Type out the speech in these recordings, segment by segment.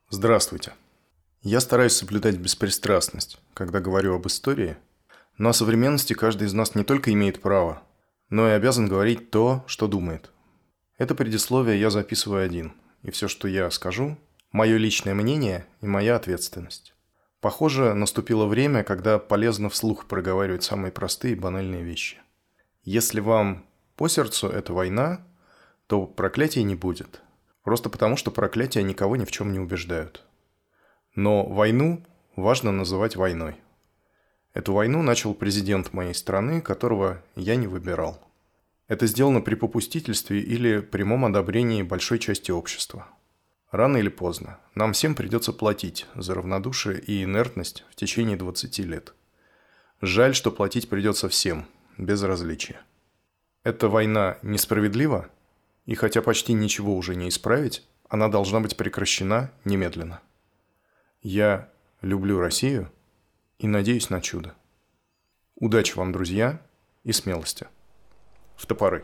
Здравствуйте. Я стараюсь соблюдать беспристрастность, когда говорю об истории, но о современности каждый из нас не только имеет право, но и обязан говорить то, что думает. Это предисловие я записываю один, и все, что я скажу, мое личное мнение и моя ответственность. Похоже, наступило время, когда полезно вслух проговаривать самые простые и банальные вещи. Если вам по сердцу эта война, то проклятий не будет. Просто потому, что проклятия никого ни в чем не убеждают. Но войну важно называть войной. Эту войну начал президент моей страны, которого я не выбирал. Это сделано при попустительстве или прямом одобрении большой части общества. Рано или поздно нам всем придется платить за равнодушие и инертность в течение 20 лет. Жаль, что платить придется всем, без различия. Эта война несправедлива, и хотя почти ничего уже не исправить, она должна быть прекращена немедленно. Я люблю Россию и надеюсь на чудо. Удачи вам, друзья, и смелости. В топоры.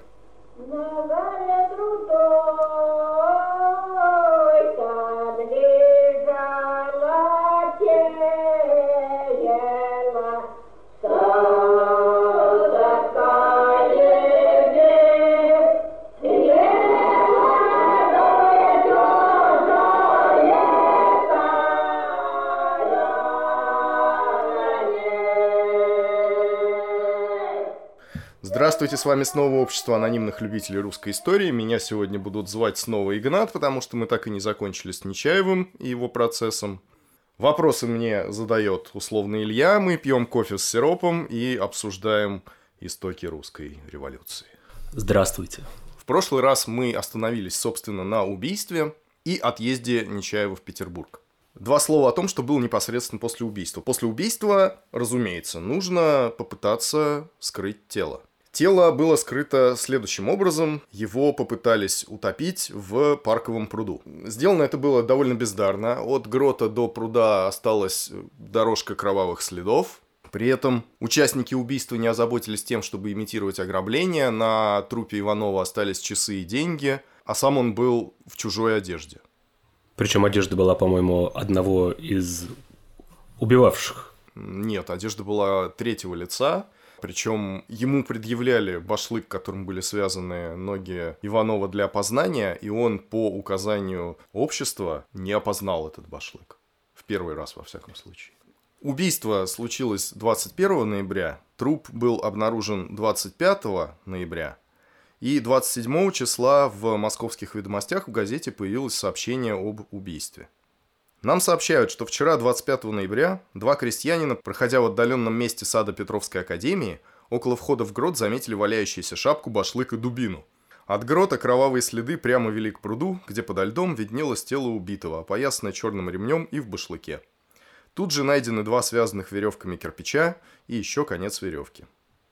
Здравствуйте, с вами снова Общество анонимных любителей русской истории. Меня сегодня будут звать снова Игнат, потому что мы так и не закончили с Нечаевым и его процессом. Вопросы мне задает условно Илья, мы пьем кофе с сиропом и обсуждаем истоки русской революции. Здравствуйте. В прошлый раз мы остановились, собственно, на убийстве и отъезде Нечаева в Петербург. Два слова о том, что было непосредственно после убийства. После убийства, разумеется, нужно попытаться скрыть тело. Тело было скрыто следующим образом. Его попытались утопить в парковом пруду. Сделано это было довольно бездарно. От грота до пруда осталась дорожка кровавых следов. При этом участники убийства не озаботились тем, чтобы имитировать ограбление. На трупе Иванова остались часы и деньги, а сам он был в чужой одежде. Причем одежда была, по-моему, одного из убивавших. Нет, одежда была третьего лица. Причем ему предъявляли башлык, которым были связаны ноги Иванова для опознания, и он по указанию общества не опознал этот башлык. В первый раз, во всяком случае. Убийство случилось 21 ноября, труп был обнаружен 25 ноября, и 27 числа в «Московских ведомостях» в газете появилось сообщение об убийстве. Нам сообщают, что вчера, 25 ноября, два крестьянина, проходя в отдаленном месте сада Петровской академии, около входа в грот заметили валяющуюся шапку, башлык и дубину. От грота кровавые следы прямо вели к пруду, где подо льдом виднелось тело убитого, опоясанное черным ремнем и в башлыке. Тут же найдены два связанных веревками кирпича и еще конец веревки.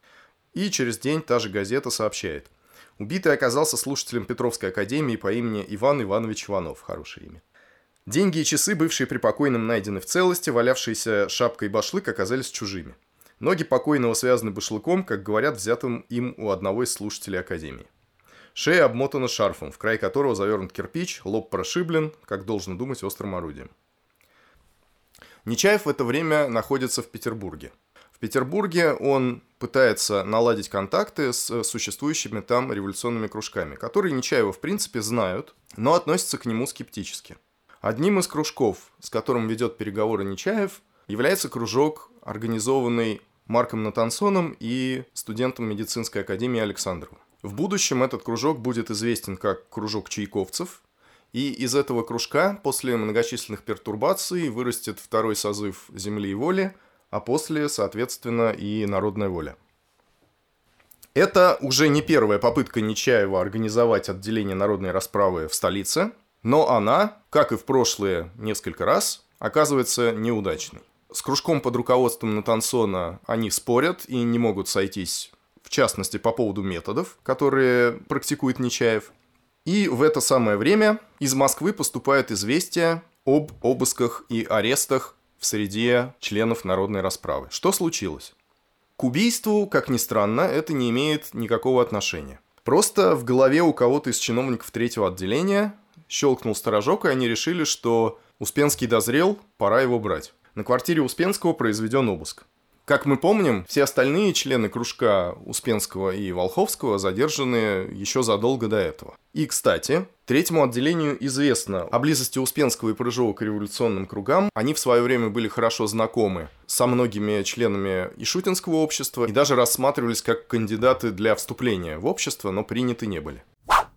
И через день та же газета сообщает. Убитый оказался слушателем Петровской академии по имени Иван Иванович Иванов. Хорошее имя. Деньги и часы, бывшие при покойном, найдены в целости, валявшиеся шапка и башлык оказались чужими. Ноги покойного связаны башлыком, как говорят, взятым им у одного из слушателей академии. Шея обмотана шарфом, в край которого завернут кирпич, лоб прошиблен, как должно думать, острым орудием. Нечаев в это время находится в Петербурге. В Петербурге он пытается наладить контакты с существующими там революционными кружками, которые Нечаева в принципе знают, но относятся к нему скептически. Одним из кружков, с которым ведет переговоры Нечаев, является кружок, организованный Марком Натансоном и студентом медицинской академии Александровым. В будущем этот кружок будет известен как кружок чайковцев, и из этого кружка после многочисленных пертурбаций вырастет второй созыв «Земли и воли», а после, соответственно, и «Народная воля». Это уже не первая попытка Нечаева организовать отделение народной расправы в столице, но она, как и в прошлые несколько раз, оказывается неудачной. С кружком под руководством Натансона они спорят и не могут сойтись, в частности, по поводу методов, которые практикует Нечаев. И в это самое время из Москвы поступают известия об обысках и арестах в среде членов народной расправы. Что случилось? К убийству, как ни странно, это не имеет никакого отношения. Просто в голове у кого-то из чиновников третьего отделения щелкнул сторожок, и они решили, что Успенский дозрел, пора его брать. На квартире Успенского произведен обыск. Как мы помним, все остальные члены кружка Успенского и Волховского задержаны еще задолго до этого. И, кстати, третьему отделению известно о близости Успенского и Пырыжова к революционным кругам. Они в свое время были хорошо знакомы со многими членами Ишутинского общества и даже рассматривались как кандидаты для вступления в общество, но приняты не были.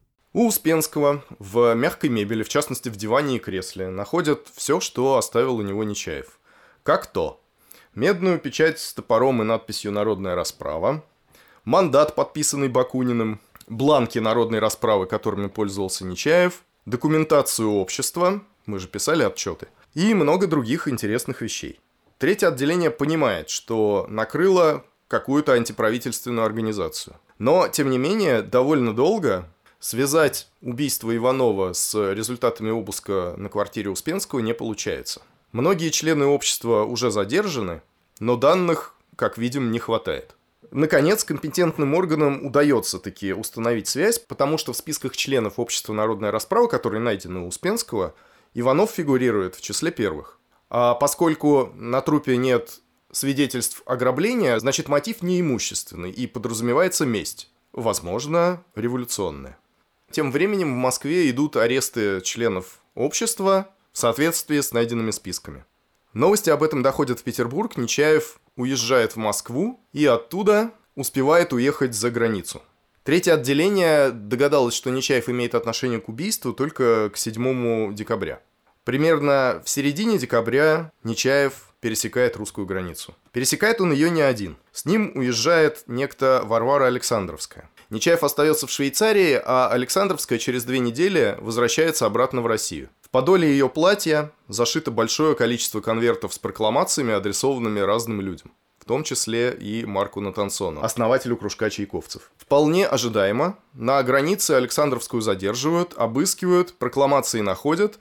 У Успенского в мягкой мебели, в частности в диване и кресле, находят все, что оставил у него Нечаев. Как то медную печать с топором и надписью «Народная расправа», мандат, подписанный Бакуниным, бланки народной расправы, которыми пользовался Нечаев, документацию общества, мы же писали отчеты, и много других интересных вещей. Третье отделение понимает, что накрыло какую-то антиправительственную организацию. Но, тем не менее, довольно долго связать убийство Иванова с результатами обыска на квартире Успенского не получается. Многие члены общества уже задержаны, но данных, как видим, не хватает. Наконец, компетентным органам удается таки установить связь, потому что в списках членов общества «Народная расправа», которые найдены у Успенского, Иванов фигурирует в числе первых. А поскольку на трупе нет свидетельств ограбления, значит мотив неимущественный и подразумевается месть, возможно, революционная. Тем временем в Москве идут аресты членов общества в соответствии с найденными списками. Новости об этом доходят в Петербург, Нечаев уезжает в Москву и оттуда успевает уехать за границу. Третье отделение догадалось, что Нечаев имеет отношение к убийству только к 7 декабря. Примерно в середине декабря Нечаев пересекает русскую границу. Пересекает он ее не один. С ним уезжает некто Варвара Александровская. Нечаев остается в Швейцарии, а Александровская через 2 недели возвращается обратно в Россию. В подоле ее платья зашито большое количество конвертов с прокламациями, адресованными разным людям, в том числе и Марку Натансону, основателю кружка чайковцев. Вполне ожидаемо, на границе Александровскую задерживают, обыскивают, прокламации находят,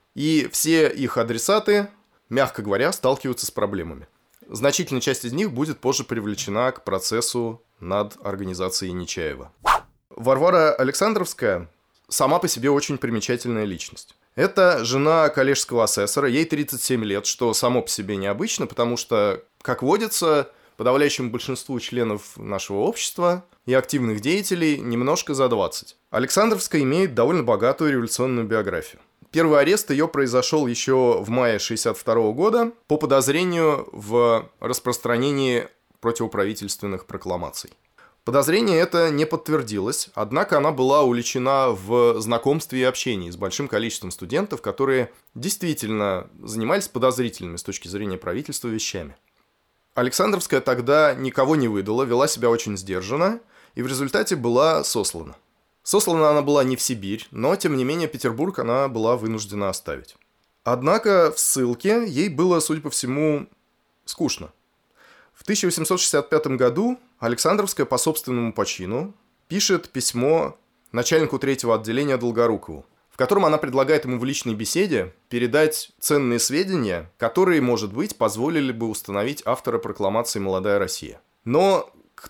и все их адресаты, мягко говоря, сталкиваются с проблемами. Значительная часть из них будет позже привлечена к процессу над организацией Нечаева. Варвара Александровская сама по себе очень примечательная личность. Это жена коллежского асессора, ей 37 лет, что само по себе необычно, потому что, как водится, подавляющему большинству членов нашего общества и активных деятелей немножко за 20. Александровская имеет довольно богатую революционную биографию. Первый арест ее произошел еще в мае 1962 года по подозрению в распространении противоправительственных прокламаций. Подозрение это не подтвердилось, однако она была уличена в знакомстве и общении с большим количеством студентов, которые действительно занимались подозрительными с точки зрения правительства вещами. Александровская тогда никого не выдала, вела себя очень сдержанно и в результате была сослана. Сослана она была не в Сибирь, но, тем не менее, Петербург она была вынуждена оставить. Однако в ссылке ей было, судя по всему, скучно. В 1865 году Александровская по собственному почину пишет письмо начальнику 3-го отделения Долгорукову, в котором она предлагает ему в личной беседе передать ценные сведения, которые, может быть, позволили бы установить автора прокламации «Молодая Россия». Но к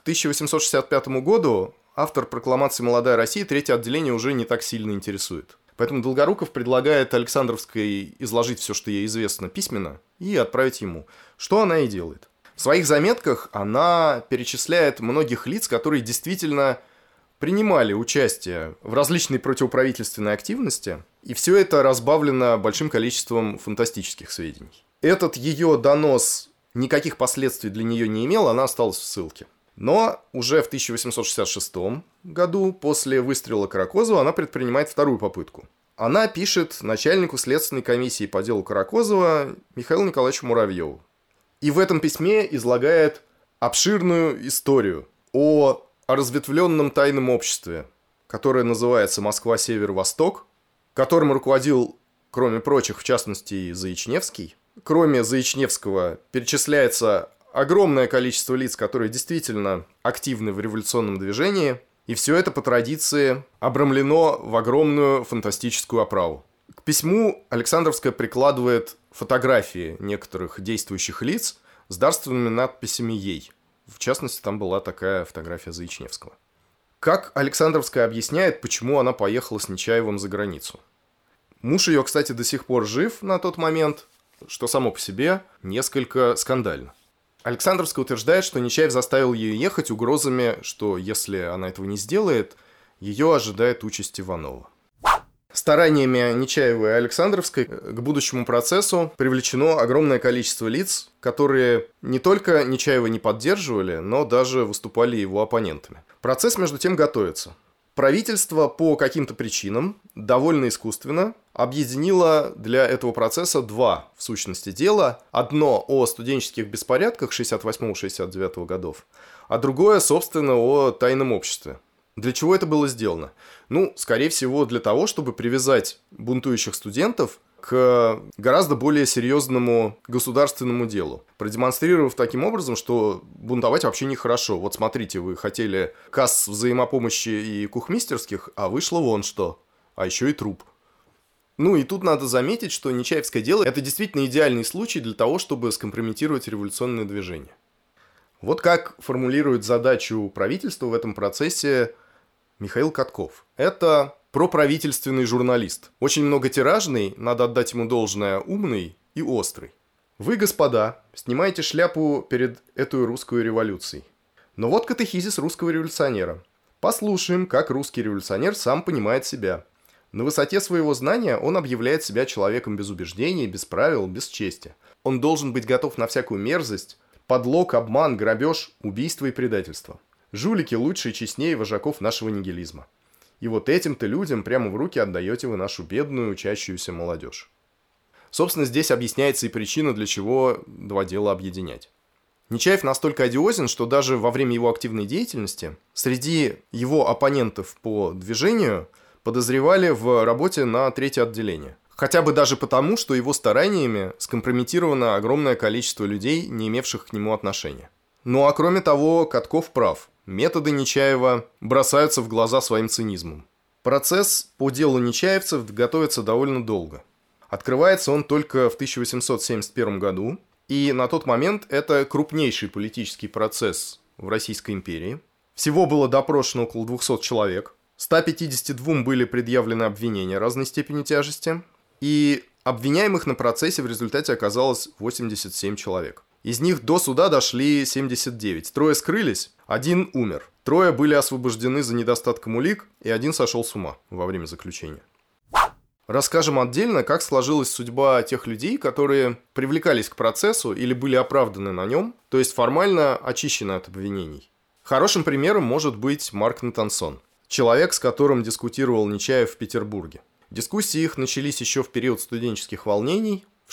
1865 году автор прокламации «Молодая Россия» 3-е отделение уже не так сильно интересует. Поэтому Долгоруков предлагает Александровской изложить все, что ей известно, письменно, и отправить ему. Что она и делает. В своих заметках она перечисляет многих лиц, которые действительно принимали участие в различной противоправительственной активности, и все это разбавлено большим количеством фантастических сведений. Этот ее донос никаких последствий для нее не имел, она осталась в ссылке. Но уже в 1866 году, после выстрела Каракозова, она предпринимает вторую попытку. Она пишет начальнику следственной комиссии по делу Каракозова Михаилу Николаевичу Муравьеву. И в этом письме излагает обширную историю о разветвленном тайном обществе, которое называется «Москва-Север-Восток», которым руководил, кроме прочих, в частности, и Заячневский. Кроме Заячневского перечисляется огромное количество лиц, которые действительно активны в революционном движении, и все это по традиции обрамлено в огромную фантастическую оправу. К письму Александровская прикладывает фотографии некоторых действующих лиц с дарственными надписями ей. В частности, там была такая фотография Заячневского. Как Александровская объясняет, почему она поехала с Нечаевым за границу? Муж ее, кстати, до сих пор жив на тот момент, что само по себе несколько скандально. Александровская утверждает, что Нечаев заставил ее ехать угрозами, что если она этого не сделает, ее ожидает участь Иванова. Стараниями Нечаева и Александровской к будущему процессу привлечено огромное количество лиц, которые не только Нечаева не поддерживали, но даже выступали его оппонентами. Процесс, между тем, готовится. Правительство по каким-то причинам, довольно искусственно, объединило для этого процесса два, в сущности, дела. Одно о студенческих беспорядках 68-69 годов, а другое, собственно, о тайном обществе. Для чего это было сделано? Скорее всего, для того, чтобы привязать бунтующих студентов к гораздо более серьезному государственному делу, продемонстрировав таким образом, что бунтовать вообще нехорошо. Вот смотрите, вы хотели касс взаимопомощи и кухмистерских, а вышло вон что, а еще и труп. И тут надо заметить, что Нечаевское дело – это действительно идеальный случай для того, чтобы скомпрометировать революционное движение. Вот как формулирует задачу правительства в этом процессе Михаил Катков. Это проправительственный журналист. Очень многотиражный, надо отдать ему должное, умный и острый. Вы, господа, снимаете шляпу перед этой русской революцией. Но вот катехизис русского революционера. Послушаем, как русский революционер сам понимает себя. На высоте своего знания он объявляет себя человеком без убеждений, без правил, без чести. Он должен быть готов на всякую мерзость, подлог, обман, грабеж, убийство и предательство. Жулики лучше и честнее вожаков нашего нигилизма. И вот этим-то людям прямо в руки отдаете вы нашу бедную, учащуюся молодежь. Собственно, здесь объясняется и причина, для чего два дела объединять. Нечаев настолько одиозен, что даже во время его активной деятельности среди его оппонентов по движению подозревали в работе на третье отделение. Хотя бы даже потому, что его стараниями скомпрометировано огромное количество людей, не имевших к нему отношения. А кроме того, Катков прав. Методы Нечаева бросаются в глаза своим цинизмом. Процесс по делу нечаевцев готовится довольно долго. Открывается он только в 1871 году, и на тот момент это крупнейший политический процесс в Российской империи. Всего было допрошено около 200 человек, 152 были предъявлены обвинения разной степени тяжести, и обвиняемых на процессе в результате оказалось 87 человек. Из них до суда дошли 79. 3 скрылись, 1 умер. 3 были освобождены за недостатком улик, и 1 сошел с ума во время заключения. Расскажем отдельно, как сложилась судьба тех людей, которые привлекались к процессу или были оправданы на нем, то есть формально очищены от обвинений. Хорошим примером может быть Марк Натансон, человек, с которым дискутировал Нечаев в Петербурге. Дискуссии их начались еще в период студенческих волнений в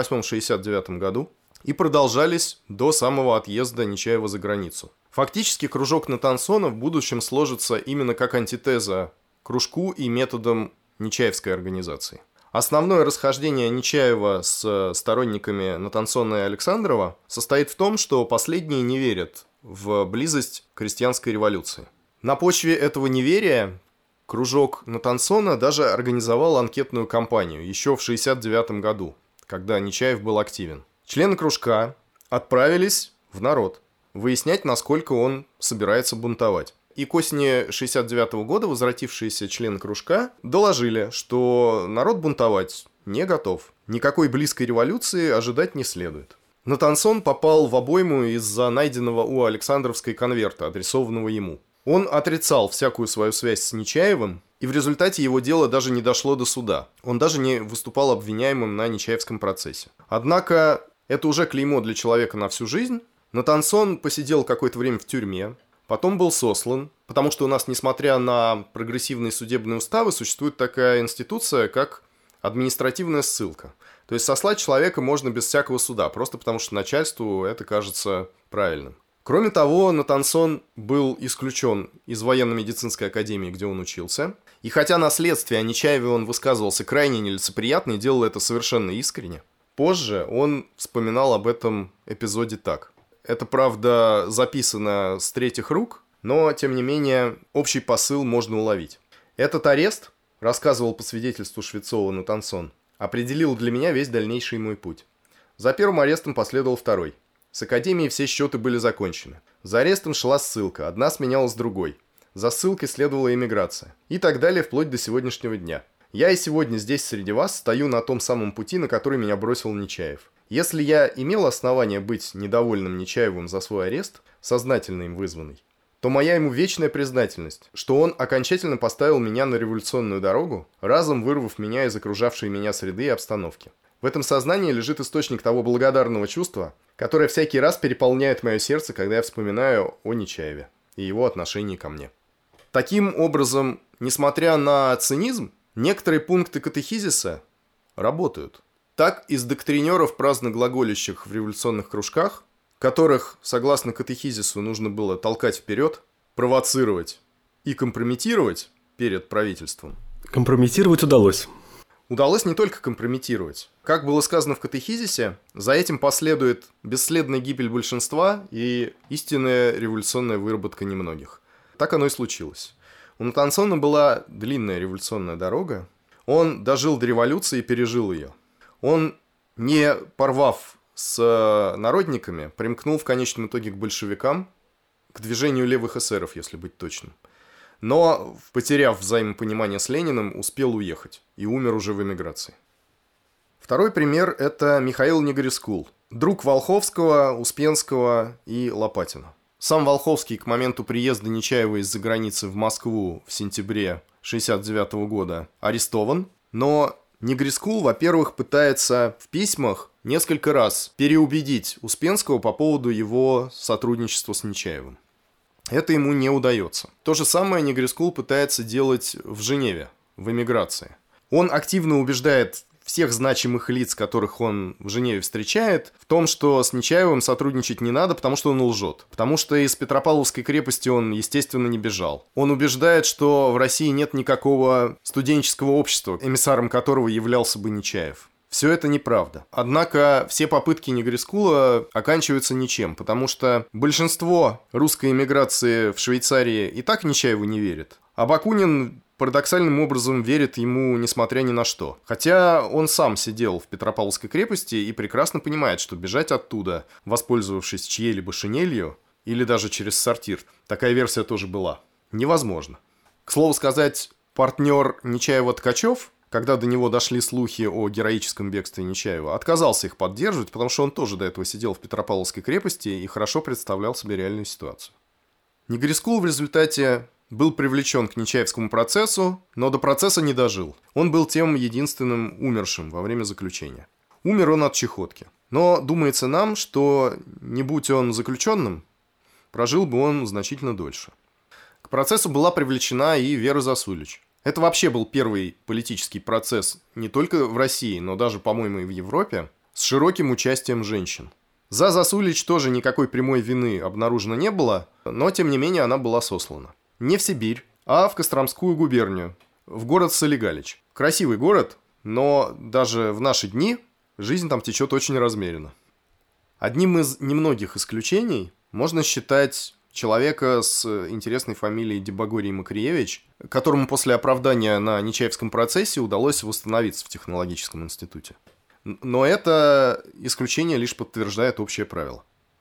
68-69 году и продолжались до самого отъезда Нечаева за границу. Фактически кружок Натансона в будущем сложится именно как антитеза кружку и методам Нечаевской организации. Основное расхождение Нечаева с сторонниками Натансона и Александрова состоит в том, что последние не верят в близость крестьянской революции. На почве этого неверия кружок Натансона даже организовал анкетную кампанию еще в 1969 году, когда Нечаев был активен. Члены кружка отправились в народ выяснять, насколько он собирается бунтовать. И к осени 1969 года возвратившиеся члены кружка доложили, что народ бунтовать не готов. Никакой близкой революции ожидать не следует. Натансон попал в обойму из-за найденного у Александровской конверта, адресованного ему. Он отрицал всякую свою связь с Нечаевым, и в результате его дело даже не дошло до суда. Он даже не выступал обвиняемым на Нечаевском процессе. Однако это уже клеймо для человека на всю жизнь. Натансон посидел какое-то время в тюрьме, потом был сослан, потому что у нас, несмотря на прогрессивные судебные уставы, существует такая институция, как административная ссылка. То есть сослать человека можно без всякого суда, просто потому что начальству это кажется правильным. Кроме того, Натансон был исключен из военно-медицинской академии, где он учился. И хотя на следствии о Нечаеве он высказывался крайне нелицеприятно и делал это совершенно искренне, позже он вспоминал об этом эпизоде так. Это, правда, записано с третьих рук, но, тем не менее, общий посыл можно уловить. Этот арест, рассказывал по свидетельству Швецова Натансон, определил для меня весь дальнейший мой путь. За первым арестом последовал второй. С академией все счеты были закончены. За арестом шла ссылка, одна сменялась другой. За ссылкой следовала эмиграция. И так далее, вплоть до сегодняшнего дня. Я и сегодня здесь среди вас стою на том самом пути, на который меня бросил Нечаев. Если я имел основание быть недовольным Нечаевым за свой арест, сознательно им вызванный, то моя ему вечная признательность, что он окончательно поставил меня на революционную дорогу, разом вырвав меня из окружавшей меня среды и обстановки. В этом сознании лежит источник того благодарного чувства, которое всякий раз переполняет мое сердце, когда я вспоминаю о Нечаеве и его отношении ко мне. Таким образом, несмотря на цинизм, некоторые пункты катехизиса работают. Так, из доктринеров, праздно глаголящих в революционных кружках, которых, согласно катехизису, нужно было толкать вперед, провоцировать и компрометировать перед правительством. Компрометировать удалось. Удалось не только компрометировать. Как было сказано в катехизисе, за этим последует бесследная гибель большинства и истинная революционная выработка немногих. Так оно и случилось. У Натансона была длинная революционная дорога. Он дожил до революции и пережил ее. Он, не порвав с народниками, примкнул в конечном итоге к большевикам, к движению левых эсеров, если быть точным. Но, потеряв взаимопонимание с Лениным, успел уехать и умер уже в эмиграции. Второй пример – это Михаил Негрескул, друг Волховского, Успенского и Лопатина. Сам Волховский к моменту приезда Нечаева из-за границы в Москву в сентябре 1969 года арестован, но Негрескул, во-первых, пытается в письмах несколько раз переубедить Успенского по поводу его сотрудничества с Нечаевым. Это ему не удается. То же самое Негрескул пытается делать в Женеве, в эмиграции. Он активно убеждает всех значимых лиц, которых он в Женеве встречает, в том, что с Нечаевым сотрудничать не надо, потому что он лжет. Потому что из Петропавловской крепости он, естественно, не бежал. Он убеждает, что в России нет никакого студенческого общества, эмиссаром которого являлся бы Нечаев. Все это неправда. Однако все попытки Негрескула оканчиваются ничем, потому что большинство русской эмиграции в Швейцарии и так Нечаеву не верит. А Бакунин парадоксальным образом верит ему несмотря ни на что. Хотя он сам сидел в Петропавловской крепости и прекрасно понимает, что бежать оттуда, воспользовавшись чьей-либо шинелью, или даже через сортир, такая версия тоже была, невозможно. К слову сказать, партнер Нечаева Ткачев, когда до него дошли слухи о героическом бегстве Нечаева, отказался их поддерживать, потому что он тоже до этого сидел в Петропавловской крепости и хорошо представлял себе реальную ситуацию. Негрескул в результате был привлечен к Нечаевскому процессу, но до процесса не дожил. Он был тем единственным умершим во время заключения. Умер он от чехотки. Но думается нам, что не будь он заключенным, прожил бы он значительно дольше. К процессу была привлечена и Вера Засулич. Это вообще был первый политический процесс не только в России, но даже, по-моему, и в Европе, с широким участием женщин. За Засулич тоже никакой прямой вины обнаружено не было, но, тем не менее, она была сослана. Не в Сибирь, а в Костромскую губернию, в город Солигалич. Красивый город, но даже в наши дни жизнь там течет очень размеренно. Одним из немногих исключений можно считать человека с интересной фамилией Дебагорий Макриевич, которому после оправдания на Нечаевском процессе удалось восстановиться в технологическом институте. Но это исключение лишь подтверждает общее правило.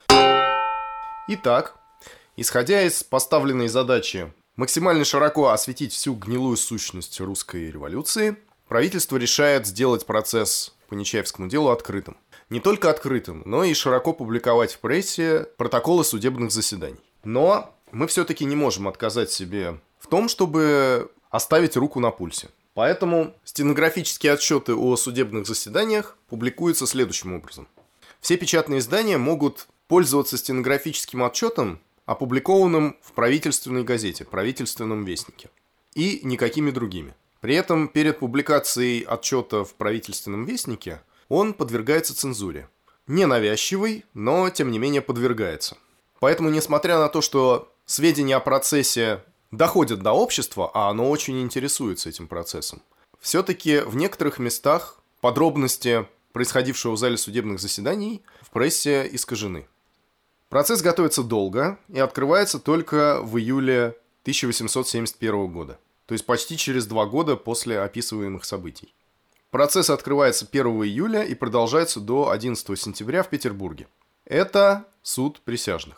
Итак, исходя из поставленной задачи максимально широко осветить всю гнилую сущность русской революции, правительство решает сделать процесс по Нечаевскому делу открытым. Не только открытым, но и широко публиковать в прессе протоколы судебных заседаний. Но мы все-таки не можем отказать себе в том, чтобы оставить руку на пульсе. Поэтому стенографические отчеты о судебных заседаниях публикуются следующим образом. Все печатные издания могут пользоваться стенографическим отчетом, опубликованным в правительственной газете, правительственном вестнике, и никакими другими. При этом перед публикацией отчета в правительственном вестнике он подвергается цензуре. Не навязчивый, но тем не менее подвергается. Поэтому, несмотря на то, что сведения о процессе доходят до общества, а оно очень интересуется этим процессом, все-таки в некоторых местах подробности происходившего в зале судебных заседаний в прессе искажены. Процесс готовится долго и открывается только в июле 1871 года, то есть почти через 2 года после описываемых событий. Процесс открывается 1 июля и продолжается до 11 сентября в Петербурге. Это суд присяжных.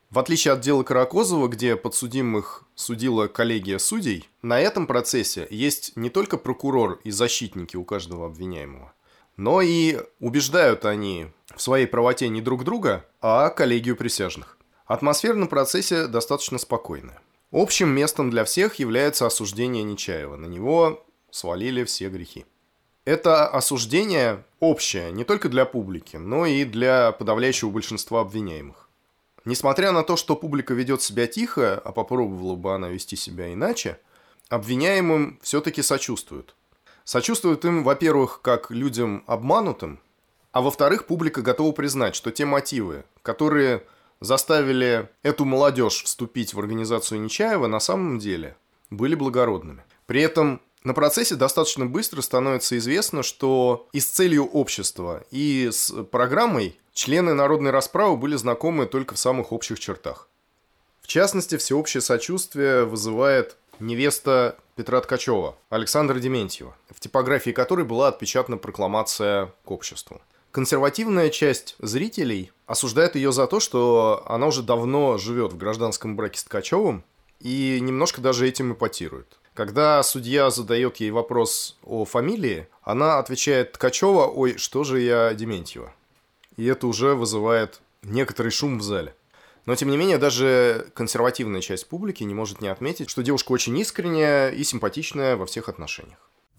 В отличие от дела Каракозова, где подсудимых судила коллегия судей, на этом процессе есть не только прокурор и защитники у каждого обвиняемого, но и убеждают они в своей правоте не друг друга, а коллегию присяжных. Атмосфера на процессе достаточно спокойная. Общим местом для всех является осуждение Нечаева. На него свалили все грехи. Это осуждение общее не только для публики, но и для подавляющего большинства обвиняемых. Несмотря на то, что публика ведет себя тихо, а попробовала бы она вести себя иначе, обвиняемым все-таки сочувствуют. Сочувствуют им, во-первых, как людям обманутым, а во-вторых, публика готова признать, что те мотивы, которые заставили эту молодежь вступить в организацию Нечаева, на самом деле были благородными. При этом на процессе достаточно быстро становится известно, что и с целью общества, и с программой члены народной расправы были знакомы только в самых общих чертах. В частности, всеобщее сочувствие вызывает невеста Петра Ткачева, Александра Дементьева, в типографии которой была отпечатана прокламация к обществу. Консервативная часть зрителей осуждает ее за то, что она уже давно живет в гражданском браке с Ткачевым и немножко даже этим эпатирует. Когда судья задает ей вопрос о фамилии, она отвечает Ткачева: «Ой, что же я Дементьева?» И это уже вызывает некоторый шум в зале. Но, тем не менее, даже консервативная часть публики не может не отметить, что девушка очень искренняя и симпатичная во всех отношениях.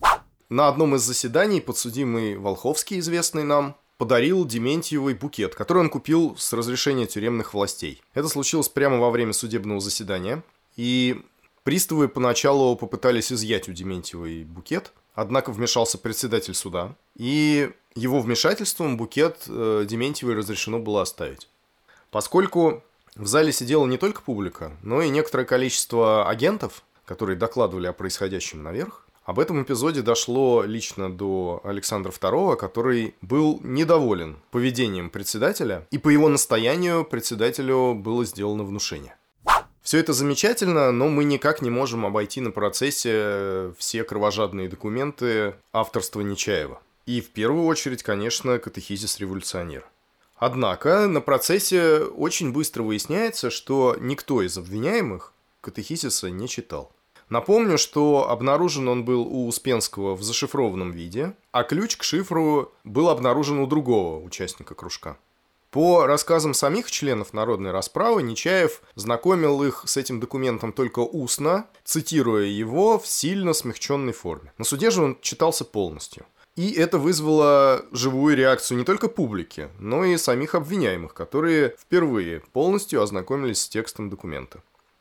На одном из заседаний подсудимый Волховский, известный нам, подарил Дементьевой букет, который он купил с разрешения тюремных властей. Это случилось прямо во время судебного заседания, и приставы поначалу попытались изъять у Дементьевой букет, однако вмешался председатель суда, и его вмешательством букет Дементьевой разрешено было оставить. Поскольку в зале сидела не только публика, но и некоторое количество агентов, которые докладывали о происходящем наверх, об этом эпизоде дошло лично до Александра II, который был недоволен поведением председателя, и по его настоянию председателю было сделано внушение. Все это замечательно, но мы никак не можем обойти на процессе все кровожадные документы авторства Нечаева. И в первую очередь, конечно, катехизис революционера. Однако на процессе очень быстро выясняется, что никто из обвиняемых катехизиса не читал. Напомню, что обнаружен он был у Успенского в зашифрованном виде, а ключ к шифру был обнаружен у другого участника кружка. По рассказам самих членов народной расправы, Нечаев знакомил их с этим документом только устно, цитируя его в сильно смягченной форме. На суде же он читался полностью. И это вызвало живую реакцию не только публики, но и самих обвиняемых, которые впервые полностью ознакомились с текстом документа.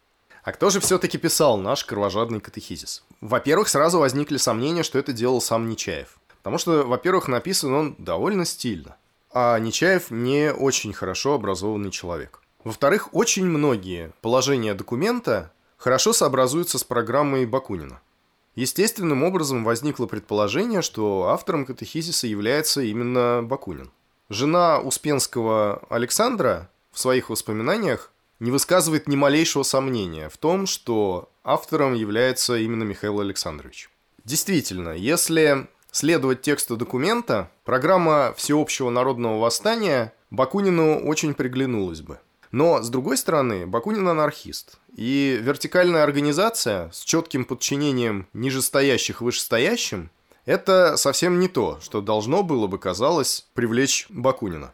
А кто же все-таки писал наш кровожадный катехизис? Во-первых, сразу возникли сомнения, что это делал сам Нечаев. Потому что, во-первых, написан он довольно стильно, а Нечаев не очень хорошо образованный человек. Во-вторых, очень многие положения документа хорошо сообразуются с программой Бакунина. Естественным образом возникло предположение, что автором катехизиса является именно Бакунин. Жена Успенского Александра в своих воспоминаниях не высказывает ни малейшего сомнения в том, что автором является именно Михаил Александрович. Действительно, если следовать тексту документа, программа всеобщего народного восстания Бакунину очень приглянулась бы. Но, с другой стороны, Бакунин анархист, и вертикальная организация с четким подчинением нижестоящих вышестоящим – это совсем не то, что должно было бы, казалось, привлечь Бакунина.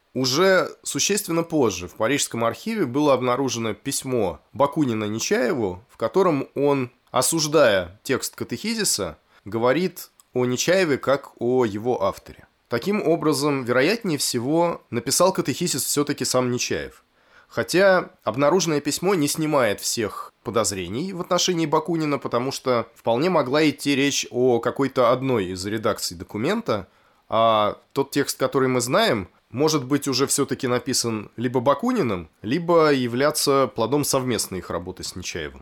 Уже существенно позже в Парижском архиве было обнаружено письмо Бакунина Нечаеву, в котором он, осуждая текст катехизиса, говорит о Нечаеве как о его авторе. Таким образом, вероятнее всего, написал катехизис все-таки сам Нечаев. Хотя обнаруженное письмо не снимает всех подозрений в отношении Бакунина, потому что вполне могла идти речь о какой-то одной из редакций документа, а тот текст, который мы знаем, может быть уже все-таки написан либо Бакуниным, либо являться плодом совместной их работы с Нечаевым.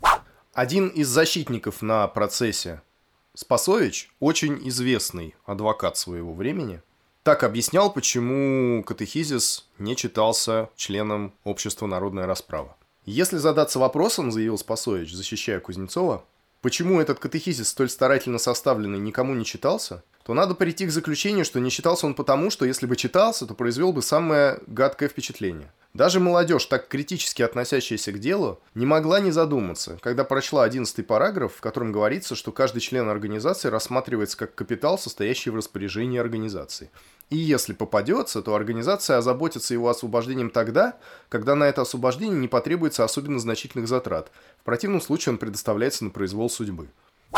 Один из защитников на процессе, Спасович, очень известный адвокат своего времени, так объяснял, почему катехизис не читался членам общества «Народная расправа». Если задаться вопросом, заявил Спасович, защищая Кузнецова, почему этот катехизис столь старательно составленный никому не читался, то надо прийти к заключению, что не читался он потому, что если бы читался, то произвел бы самое гадкое впечатление. Даже молодежь, так критически относящаяся к делу, не могла не задуматься, когда прочла 11-й параграф, в котором говорится, что каждый член организации рассматривается как капитал, состоящий в распоряжении организации. И если попадется, то организация озаботится его освобождением тогда, когда на это освобождение не потребуется особенно значительных затрат. В противном случае он предоставляется на произвол судьбы.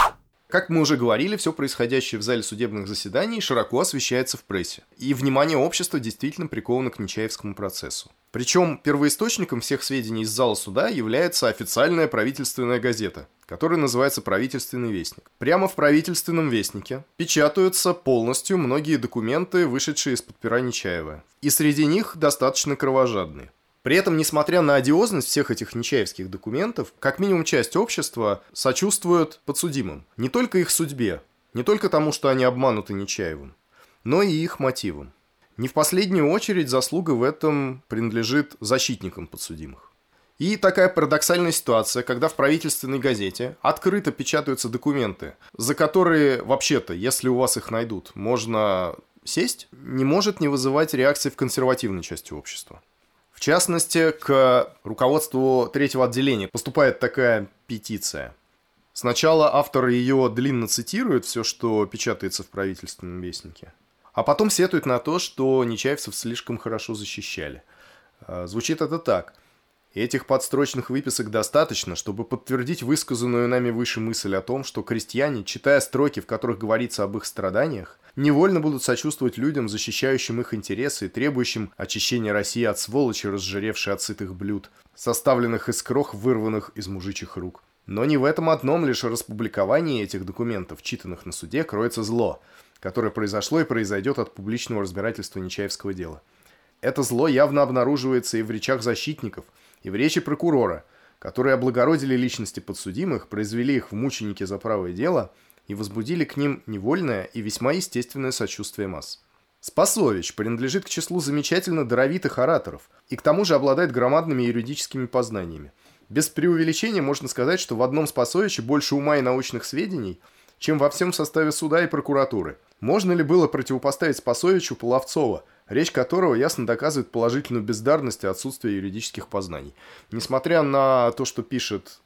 Как мы уже говорили, все происходящее в зале судебных заседаний широко освещается в прессе. И внимание общества действительно приковано к Нечаевскому процессу. Причем первоисточником всех сведений из зала суда является официальная правительственная газета, которая называется «Правительственный вестник». Прямо в правительственном вестнике печатаются полностью многие документы, вышедшие из-под пера Нечаева. И среди них достаточно кровожадные. При этом, несмотря на одиозность всех этих нечаевских документов, как минимум часть общества сочувствует подсудимым. Не только их судьбе, не только тому, что они обмануты Нечаевым, но и их мотивам. Не в последнюю очередь заслуга в этом принадлежит защитникам подсудимых. И такая парадоксальная ситуация, когда в правительственной газете открыто печатаются документы, за которые, вообще-то, если у вас их найдут, можно сесть, не может не вызывать реакции в консервативной части общества. В частности, к руководству третьего отделения поступает такая петиция. Сначала автор ее длинно цитирует все, что печатается в правительственном вестнике, а потом сетует на то, что нечаевцев слишком хорошо защищали. Звучит это так. Этих подстрочных выписок достаточно, чтобы подтвердить высказанную нами выше мысль о том, что крестьяне, читая строки, в которых говорится об их страданиях, невольно будут сочувствовать людям, защищающим их интересы и требующим очищения России от сволочи, разжиревшей от сытых блюд, составленных из крох, вырванных из мужичьих рук. Но не в этом одном лишь распубликовании этих документов, читанных на суде, кроется зло, которое произошло и произойдет от публичного разбирательства Нечаевского дела. Это зло явно обнаруживается и в речах защитников, и в речи прокурора, которые облагородили личности подсудимых, произвели их в мученики за правое дело и возбудили к ним невольное и весьма естественное сочувствие масс. Спасович принадлежит к числу замечательно даровитых ораторов и к тому же обладает громадными юридическими познаниями. Без преувеличения можно сказать, что в одном Спасовиче больше ума и научных сведений, чем во всем составе суда и прокуратуры. Можно ли было противопоставить Спасовичу Половцова, речь которого ясно доказывает положительную бездарность и отсутствие юридических познаний? Несмотря на то, что пишет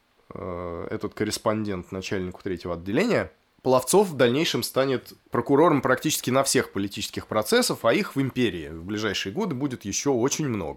этот корреспондент начальнику третьего отделения, Половцов в дальнейшем станет прокурором практически на всех политических процессах, а их в империи в ближайшие годы будет еще очень много.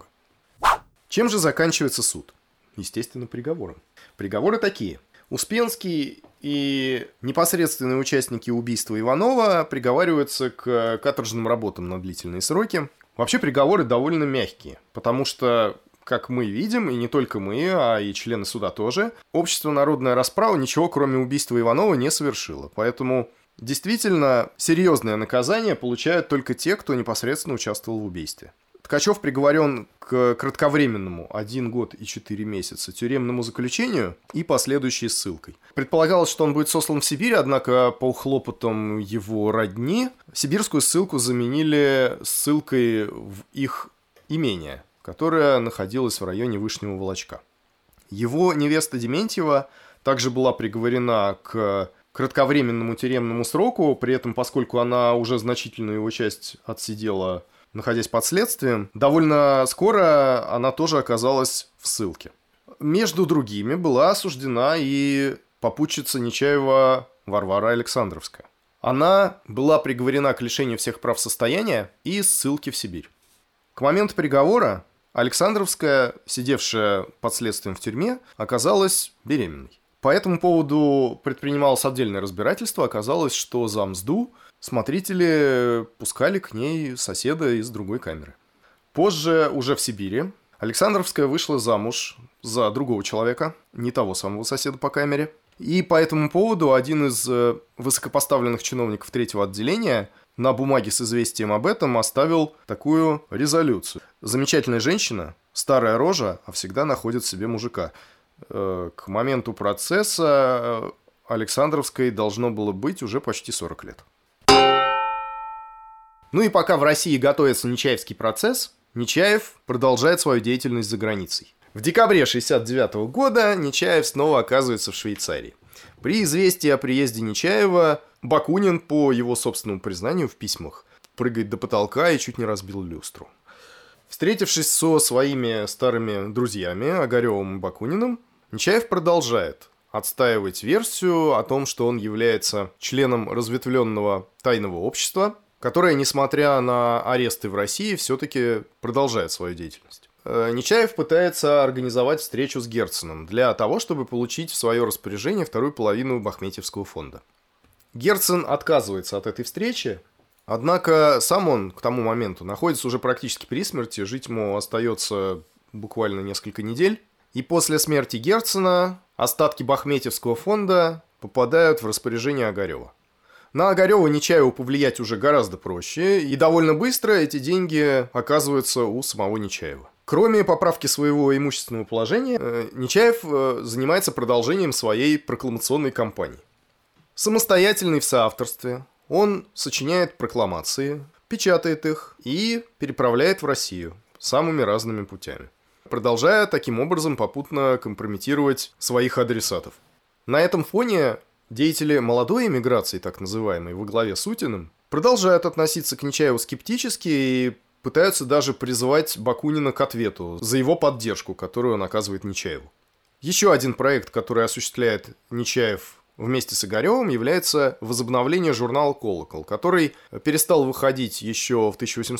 Чем же заканчивается суд? Естественно, приговором. Приговоры такие. Успенский и непосредственные участники убийства Иванова приговариваются к каторжным работам на длительные сроки. Вообще приговоры довольно мягкие, потому что, как мы видим, и не только мы, а и члены суда тоже, общество «Народная расправа» ничего кроме убийства Иванова не совершило. Поэтому действительно серьезное наказание получают только те, кто непосредственно участвовал в убийстве. Ткачев приговорен к кратковременному 1 год и 4 месяца тюремному заключению и последующей ссылкой. Предполагалось, что он будет сослан в Сибирь, однако по хлопотам его родни сибирскую ссылку заменили ссылкой в их имение, которое находилось в районе Вышнего Волочка. Его невеста Дементьева также была приговорена к кратковременному тюремному сроку, при этом, поскольку она уже значительную его часть отсидела, находясь под следствием, довольно скоро она тоже оказалась в ссылке. Между другими была осуждена и попутчица Нечаева Варвара Александровская. Она была приговорена к лишению всех прав состояния и ссылке в Сибирь. К моменту приговора Александровская, сидевшая под следствием в тюрьме, оказалась беременной. По этому поводу предпринималось отдельное разбирательство. Оказалось, что за мзду смотрители пускали к ней соседа из другой камеры. Позже, уже в Сибири, Александровская вышла замуж за другого человека, не того самого соседа по камере. И по этому поводу один из высокопоставленных чиновников третьего отделения на бумаге с известием об этом оставил такую резолюцию. Замечательная женщина, старая рожа, а всегда находит себе мужика. К моменту процесса Александровской должно было быть уже почти 40 лет. Ну и пока в России готовится Нечаевский процесс, Нечаев продолжает свою деятельность за границей. В декабре 1969 года Нечаев снова оказывается в Швейцарии. При известии о приезде Нечаева Бакунин, по его собственному признанию в письмах, прыгает до потолка и чуть не разбил люстру. Встретившись со своими старыми друзьями Огаревым и Бакуниным, Нечаев продолжает отстаивать версию о том, что он является членом разветвленного тайного общества, которое, несмотря на аресты в России, все-таки продолжает свою деятельность. Нечаев пытается организовать встречу с Герценом для того, чтобы получить в свое распоряжение вторую половину Бахметьевского фонда. Герцен отказывается от этой встречи, однако сам он к тому моменту находится уже практически при смерти, жить ему остается буквально несколько недель, и после смерти Герцена остатки Бахметьевского фонда попадают в распоряжение Огарева. На Огарева Нечаеву повлиять уже гораздо проще, и довольно быстро эти деньги оказываются у самого Нечаева. Кроме поправки своего имущественного положения, Нечаев занимается продолжением своей прокламационной кампании. Самостоятельный в соавторстве, он сочиняет прокламации, печатает их и переправляет в Россию самыми разными путями, продолжая таким образом попутно компрометировать своих адресатов. На этом фоне деятели молодой эмиграции, так называемой, во главе с Утиным, продолжают относиться к Нечаеву скептически и пытаются даже призывать Бакунина к ответу за его поддержку, которую он оказывает Нечаеву. Еще один проект, который осуществляет Нечаев вместе с Огаревым, является возобновление журнала «Колокол», который перестал выходить еще в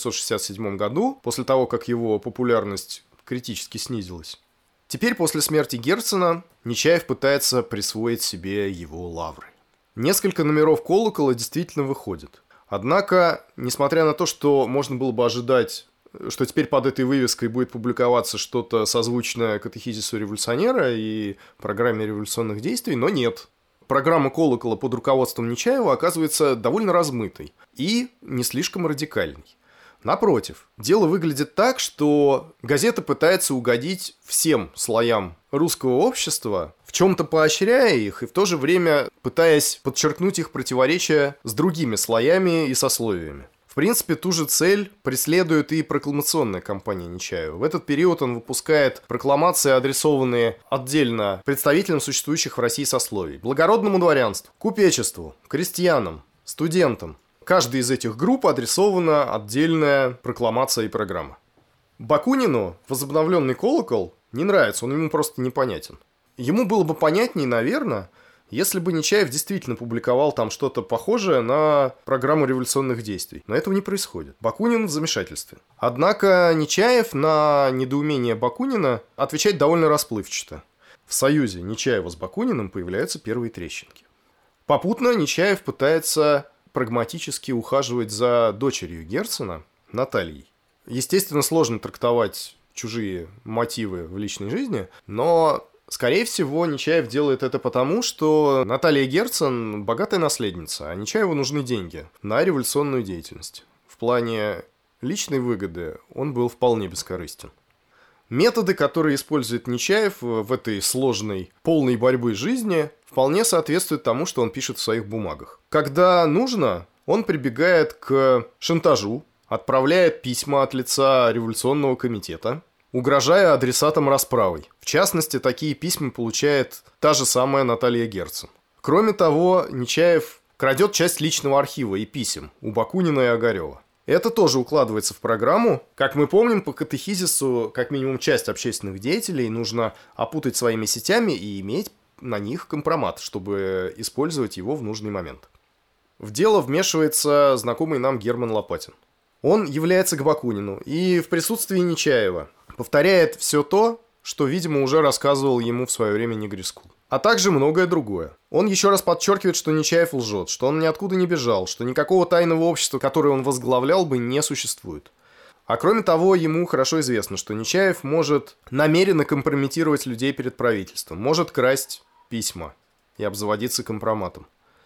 1867 году, после того, как его популярность критически снизилась. Теперь, после смерти Герцена, Нечаев пытается присвоить себе его лавры. Несколько номеров «Колокола» действительно выходят. Однако, несмотря на то, что можно было бы ожидать, что теперь под этой вывеской будет публиковаться что-то созвучное катехизису революционера и программе революционных действий, но нет. Программа «Колокола» под руководством Нечаева оказывается довольно размытой и не слишком радикальной. Напротив, дело выглядит так, что газета пытается угодить всем слоям русского общества, в чем-то поощряя их и в то же время пытаясь подчеркнуть их противоречия с другими слоями и сословиями. В принципе, ту же цель преследует и прокламационная кампания Нечаева. В этот период он выпускает прокламации, адресованные отдельно представителям существующих в России сословий: благородному дворянству, купечеству, крестьянам, студентам. Каждой из этих групп адресована отдельная прокламация и программа. Бакунину возобновленный «Колокол» не нравится, он ему просто непонятен. Ему было бы понятнее, наверное, если бы Нечаев действительно публиковал там что-то похожее на программу революционных действий. Но этого не происходит. Бакунин в замешательстве. Однако Нечаев на недоумение Бакунина отвечает довольно расплывчато. В союзе Нечаева с Бакуниным появляются первые трещинки. Попутно Нечаев пытается прагматически ухаживать за дочерью Герцена, Натальей. Естественно, сложно трактовать чужие мотивы в личной жизни, но, скорее всего, Нечаев делает это потому, что Наталья Герцен богатая наследница, а Нечаеву нужны деньги на революционную деятельность. В плане личной выгоды он был вполне бескорыстен. Методы, которые использует Нечаев в этой сложной, полной борьбы жизни, вполне соответствуют тому, что он пишет в своих бумагах. Когда нужно, он прибегает к шантажу, отправляет письма от лица революционного комитета, угрожая адресатам расправой. В частности, такие письма получает та же самая Наталья Герцен. Кроме того, Нечаев крадет часть личного архива и писем у Бакунина и Огарева. Это тоже укладывается в программу. Как мы помним, по катехизису как минимум часть общественных деятелей нужно опутать своими сетями и иметь на них компромат, чтобы использовать его в нужный момент. В дело вмешивается знакомый нам Герман Лопатин. Он является к Бакунину и в присутствии Нечаева повторяет все то, что, видимо, уже рассказывал ему в свое время Негрескул. А также многое другое. Он еще раз подчеркивает, что Нечаев лжет, что он ниоткуда не бежал, что никакого тайного общества, которое он возглавлял бы, не существует. А кроме того, ему хорошо известно, что Нечаев может намеренно компрометировать людей перед правительством, может красть письма и обзаводиться компроматом.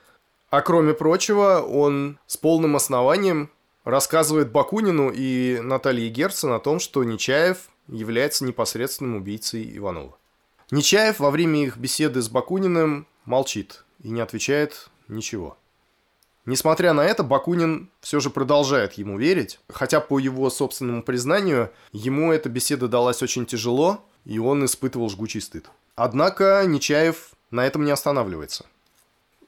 А кроме прочего, он с полным основанием рассказывает Бакунину и Наталье Герцен о том, что Нечаев является непосредственным убийцей Иванова. Нечаев во время их беседы с Бакуниным молчит и не отвечает ничего. Несмотря на это, Бакунин все же продолжает ему верить, хотя по его собственному признанию, ему эта беседа далась очень тяжело, и он испытывал жгучий стыд. Однако Нечаев на этом не останавливается.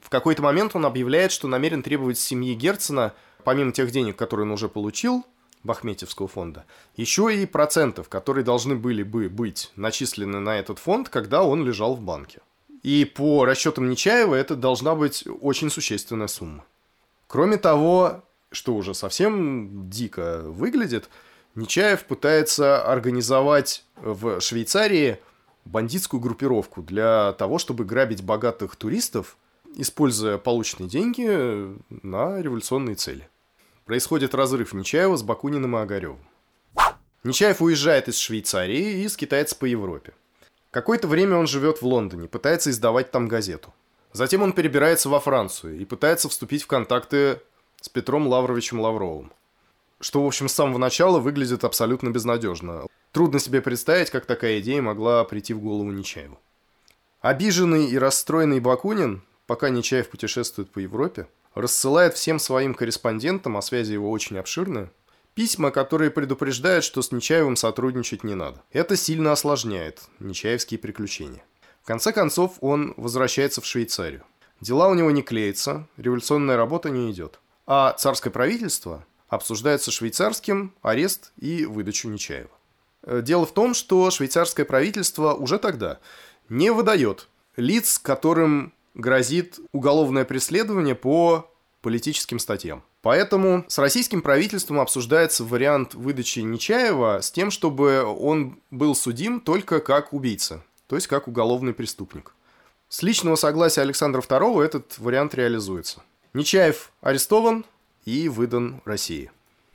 В какой-то момент он объявляет, что намерен требовать с семьи Герцена, помимо тех денег, которые он уже получил, Бахметьевского фонда, еще и процентов, которые должны были бы быть начислены на этот фонд, когда он лежал в банке. И по расчетам Нечаева это должна быть очень существенная сумма. Кроме того, что уже совсем дико выглядит, Нечаев пытается организовать в Швейцарии бандитскую группировку для того, чтобы грабить богатых туристов, используя полученные деньги на революционные цели. Происходит разрыв Нечаева с Бакуниным и Огаревым. Нечаев уезжает из Швейцарии и скитается по Европе. Какое-то время он живет в Лондоне, пытается издавать там газету. Затем он перебирается во Францию и пытается вступить в контакты с Петром Лавровичем Лавровым. Что, в общем, с самого начала выглядит абсолютно безнадежно. Трудно себе представить, как такая идея могла прийти в голову Нечаеву. Обиженный и расстроенный Бакунин, пока Нечаев путешествует по Европе, рассылает всем своим корреспондентам, а связи его очень обширны, письма, которые предупреждают, что с Нечаевым сотрудничать не надо. Это сильно осложняет нечаевские приключения. В конце концов, он возвращается в Швейцарию. Дела у него не клеятся, революционная работа не идет. А царское правительство обсуждает со швейцарским арест и выдачу Нечаева. Дело в том, что швейцарское правительство уже тогда не выдает лиц, которым грозит уголовное преследование по политическим статьям. Поэтому с российским правительством обсуждается вариант выдачи Нечаева с тем, чтобы он был судим только как убийца, то есть как уголовный преступник. С личного согласия Александра II этот вариант реализуется. Нечаев арестован и выдан России.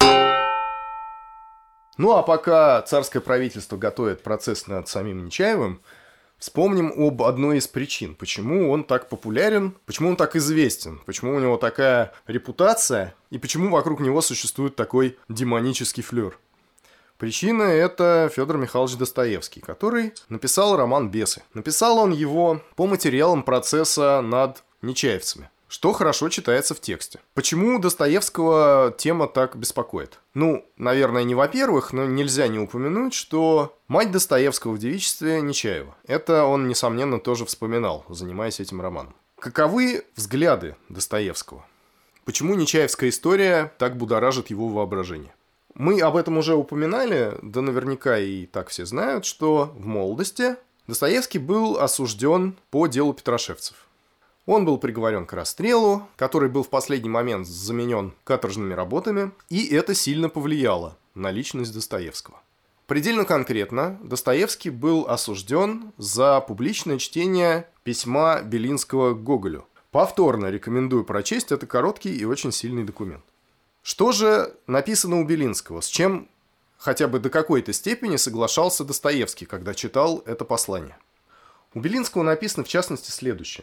Ну а пока царское правительство готовит процесс над самим Нечаевым, вспомним об одной из причин, почему он так популярен, почему он так известен, почему у него такая репутация и почему вокруг него существует такой демонический флёр. Причина – это Федор Михайлович Достоевский, который написал роман «Бесы». Написал он его по материалам процесса над нечаевцами, что хорошо читается в тексте. Почему Достоевского тема так беспокоит? Ну, наверное, не во-первых, но нельзя не упомянуть, что мать Достоевского в девичестве Нечаева. Это он, несомненно, тоже вспоминал, занимаясь этим романом. Каковы взгляды Достоевского? Почему нечаевская история так будоражит его воображение? Мы об этом уже упоминали, да наверняка и так все знают, что в молодости Достоевский был осужден по делу петрошевцев. Он был приговорен к расстрелу, который был в последний момент заменен каторжными работами, и это сильно повлияло на личность Достоевского. Предельно конкретно, Достоевский был осужден за публичное чтение письма Белинского к Гоголю. Повторно рекомендую прочесть, это короткий и очень сильный документ. Что же написано у Белинского, с чем хотя бы до какой-то степени соглашался Достоевский, когда читал это послание? У Белинского написано в частности следующее.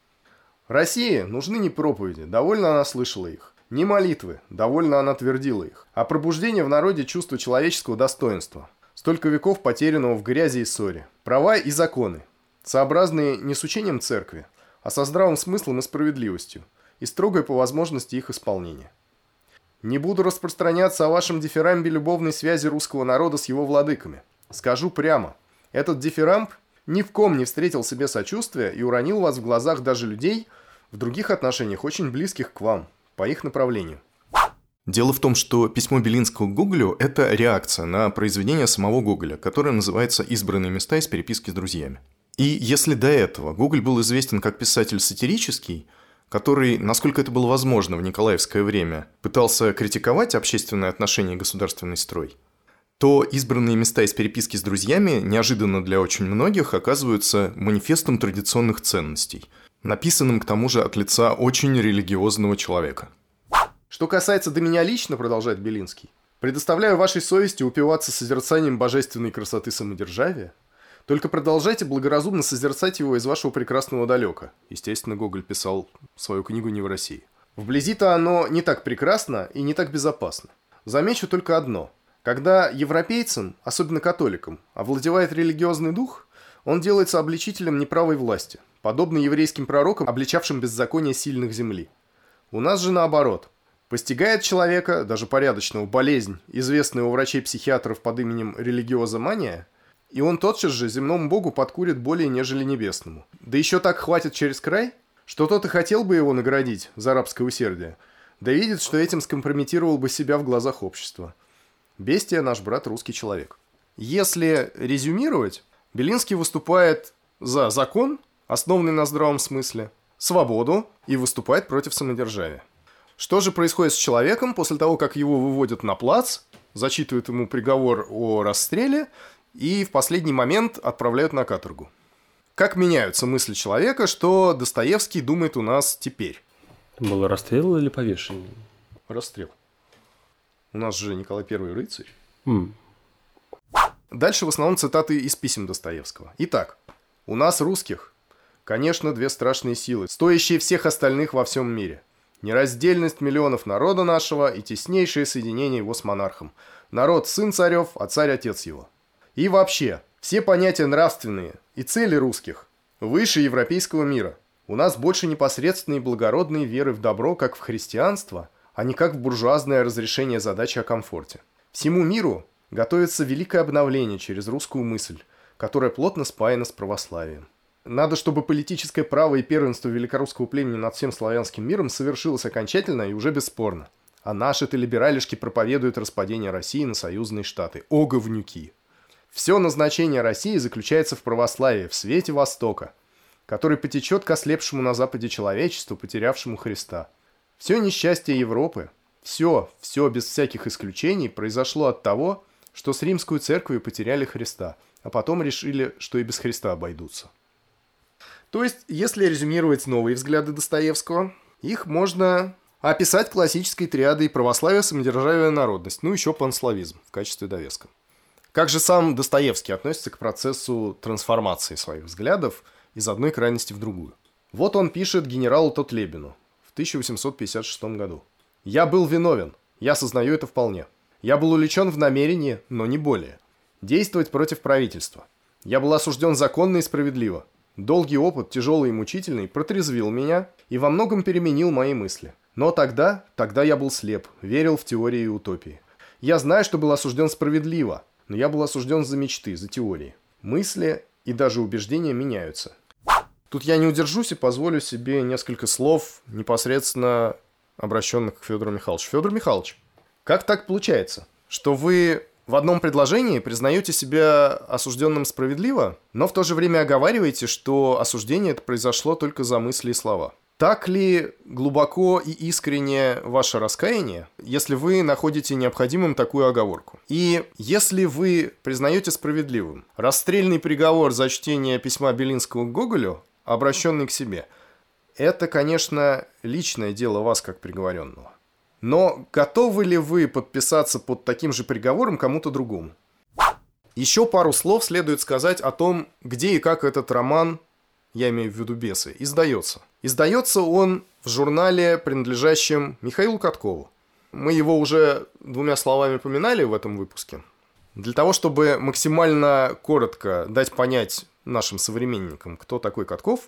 «России нужны не проповеди, довольно она слышала их, не молитвы, довольно она твердила их, а пробуждение в народе чувства человеческого достоинства, столько веков потерянного в грязи и ссоре, права и законы, сообразные не с учением церкви, а со здравым смыслом и справедливостью, и строгое по возможности их исполнения. Не буду распространяться о вашем дифирамбе любовной связи русского народа с его владыками. Скажу прямо, этот дифирамб ни в ком не встретил себе сочувствия и уронил вас в глазах даже людей, в других отношениях очень близких к вам, по их направлению». Дело в том, что письмо Белинского к Гоголю – это реакция на произведение самого Гоголя, которое называется «Избранные места из переписки с друзьями». И если до этого Гоголь был известен как писатель сатирический, который, насколько это было возможно в николаевское время, пытался критиковать общественные отношения и государственный строй, то избранные места из переписки с друзьями неожиданно для очень многих оказываются манифестом традиционных ценностей, написанным к тому же от лица очень религиозного человека. Что касается до меня лично, продолжает Белинский, предоставляю вашей совести упиваться созерцанием божественной красоты самодержавия. Только продолжайте благоразумно созерцать его из вашего прекрасного далека. Естественно, Гоголь писал свою книгу не в России. Вблизи-то оно не так прекрасно и не так безопасно. Замечу только одно. Когда европейцам, особенно католикам, овладевает религиозный дух, он делается обличителем неправой власти, подобно еврейским пророкам, обличавшим беззаконие сильных земли. У нас же наоборот. Постигает человека, даже порядочного, болезнь, известная у врачей-психиатров под именем религиозомания, и он тотчас же земному богу подкурит более нежели небесному. Да еще так хватит через край, что тот и хотел бы его наградить за рабское усердие, да видит, что этим скомпрометировал бы себя в глазах общества. Бестия наш брат русский человек. Если резюмировать, Белинский выступает за закон, основанный на здравом смысле, свободу и выступает против самодержавия. Что же происходит с человеком после того, как его выводят на плац, зачитывают ему приговор о расстреле и в последний момент отправляют на каторгу? Как меняются мысли человека, что Достоевский думает у нас теперь? Было расстрел или повешение? Расстрел. У нас же Николай I рыцарь. Mm. Дальше в основном цитаты из писем Достоевского. Итак, у нас русских, конечно, две страшные силы, стоящие всех остальных во всем мире. Нераздельность миллионов народа нашего и теснейшее соединение его с монархом. Народ сын царев, а царь отец его. И вообще, все понятия нравственные и цели русских выше европейского мира. У нас больше непосредственной и благородной веры в добро, как в христианство, а не как в буржуазное разрешение задачи о комфорте. Всему миру готовится великое обновление через русскую мысль, которая плотно спаяна с православием. Надо, чтобы политическое право и первенство великорусского племени над всем славянским миром совершилось окончательно и уже бесспорно. А наши-то либералишки проповедуют распадение России на союзные штаты. О, говнюки! Все назначение России заключается в православии, в свете Востока, который потечет к ослепшему на западе человечеству, потерявшему Христа. Все несчастье Европы, все без всяких исключений произошло от того, что с римскую церковью потеряли Христа, а потом решили, что и без Христа обойдутся. То есть, если резюмировать новые взгляды Достоевского, их можно описать классической триадой православие, самодержавие, народность, ну еще панславизм в качестве довеска. Как же сам Достоевский относится к процессу трансформации своих взглядов из одной крайности в другую? Вот он пишет генералу Тотлебину в 1856 году. «Я был виновен, я сознаю это вполне. Я был увлечен в намерении, но не более. Действовать против правительства. Я был осужден законно и справедливо. Долгий опыт, тяжелый и мучительный, протрезвил меня и во многом переменил мои мысли. Но тогда я был слеп, верил в теории и утопии. Я знаю, что был осужден справедливо, но я был осужден за мечты, за теории. Мысли и даже убеждения меняются». Тут я не удержусь и позволю себе несколько слов, непосредственно обращенных к Федору Михайловичу. Федор Михайлович, как так получается, что вы в одном предложении признаете себя осужденным справедливо, но в то же время оговариваете, что осуждение это произошло только за мысли и слова? Так ли глубоко и искренне ваше раскаяние, если вы находите необходимым такую оговорку? И если вы признаете справедливым расстрельный приговор за чтение письма Белинского к Гоголю, обращенный к себе, это, конечно, личное дело вас как приговоренного. Но готовы ли вы подписаться под таким же приговором кому-то другому? Еще пару слов следует сказать о том, где и как этот роман, я имею в виду «Бесы», издается. Издается он в журнале, принадлежащем Михаилу Каткову. Мы его уже двумя словами поминали в этом выпуске. Для того, чтобы максимально коротко дать понять нашим современникам, кто такой Катков,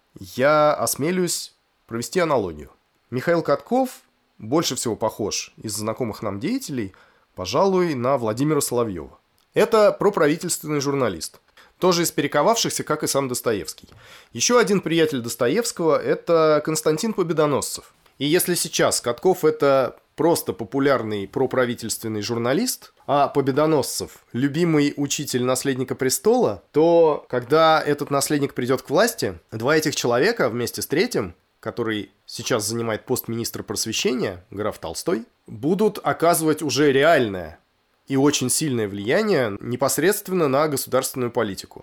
я осмелюсь провести аналогию. Михаил Катков больше всего похож из знакомых нам деятелей, пожалуй, на Владимира Соловьева. Это проправительственный журналист, тоже из перековавшихся, как и сам Достоевский. Еще один приятель Достоевского – это Константин Победоносцев. И если сейчас Катков – это просто популярный проправительственный журналист, а Победоносцев – любимый учитель наследника престола, то когда этот наследник придет к власти, два этих человека вместе с третьим, который сейчас занимает пост министра просвещения, граф Толстой, будут оказывать уже реальное и очень сильное влияние непосредственно на государственную политику.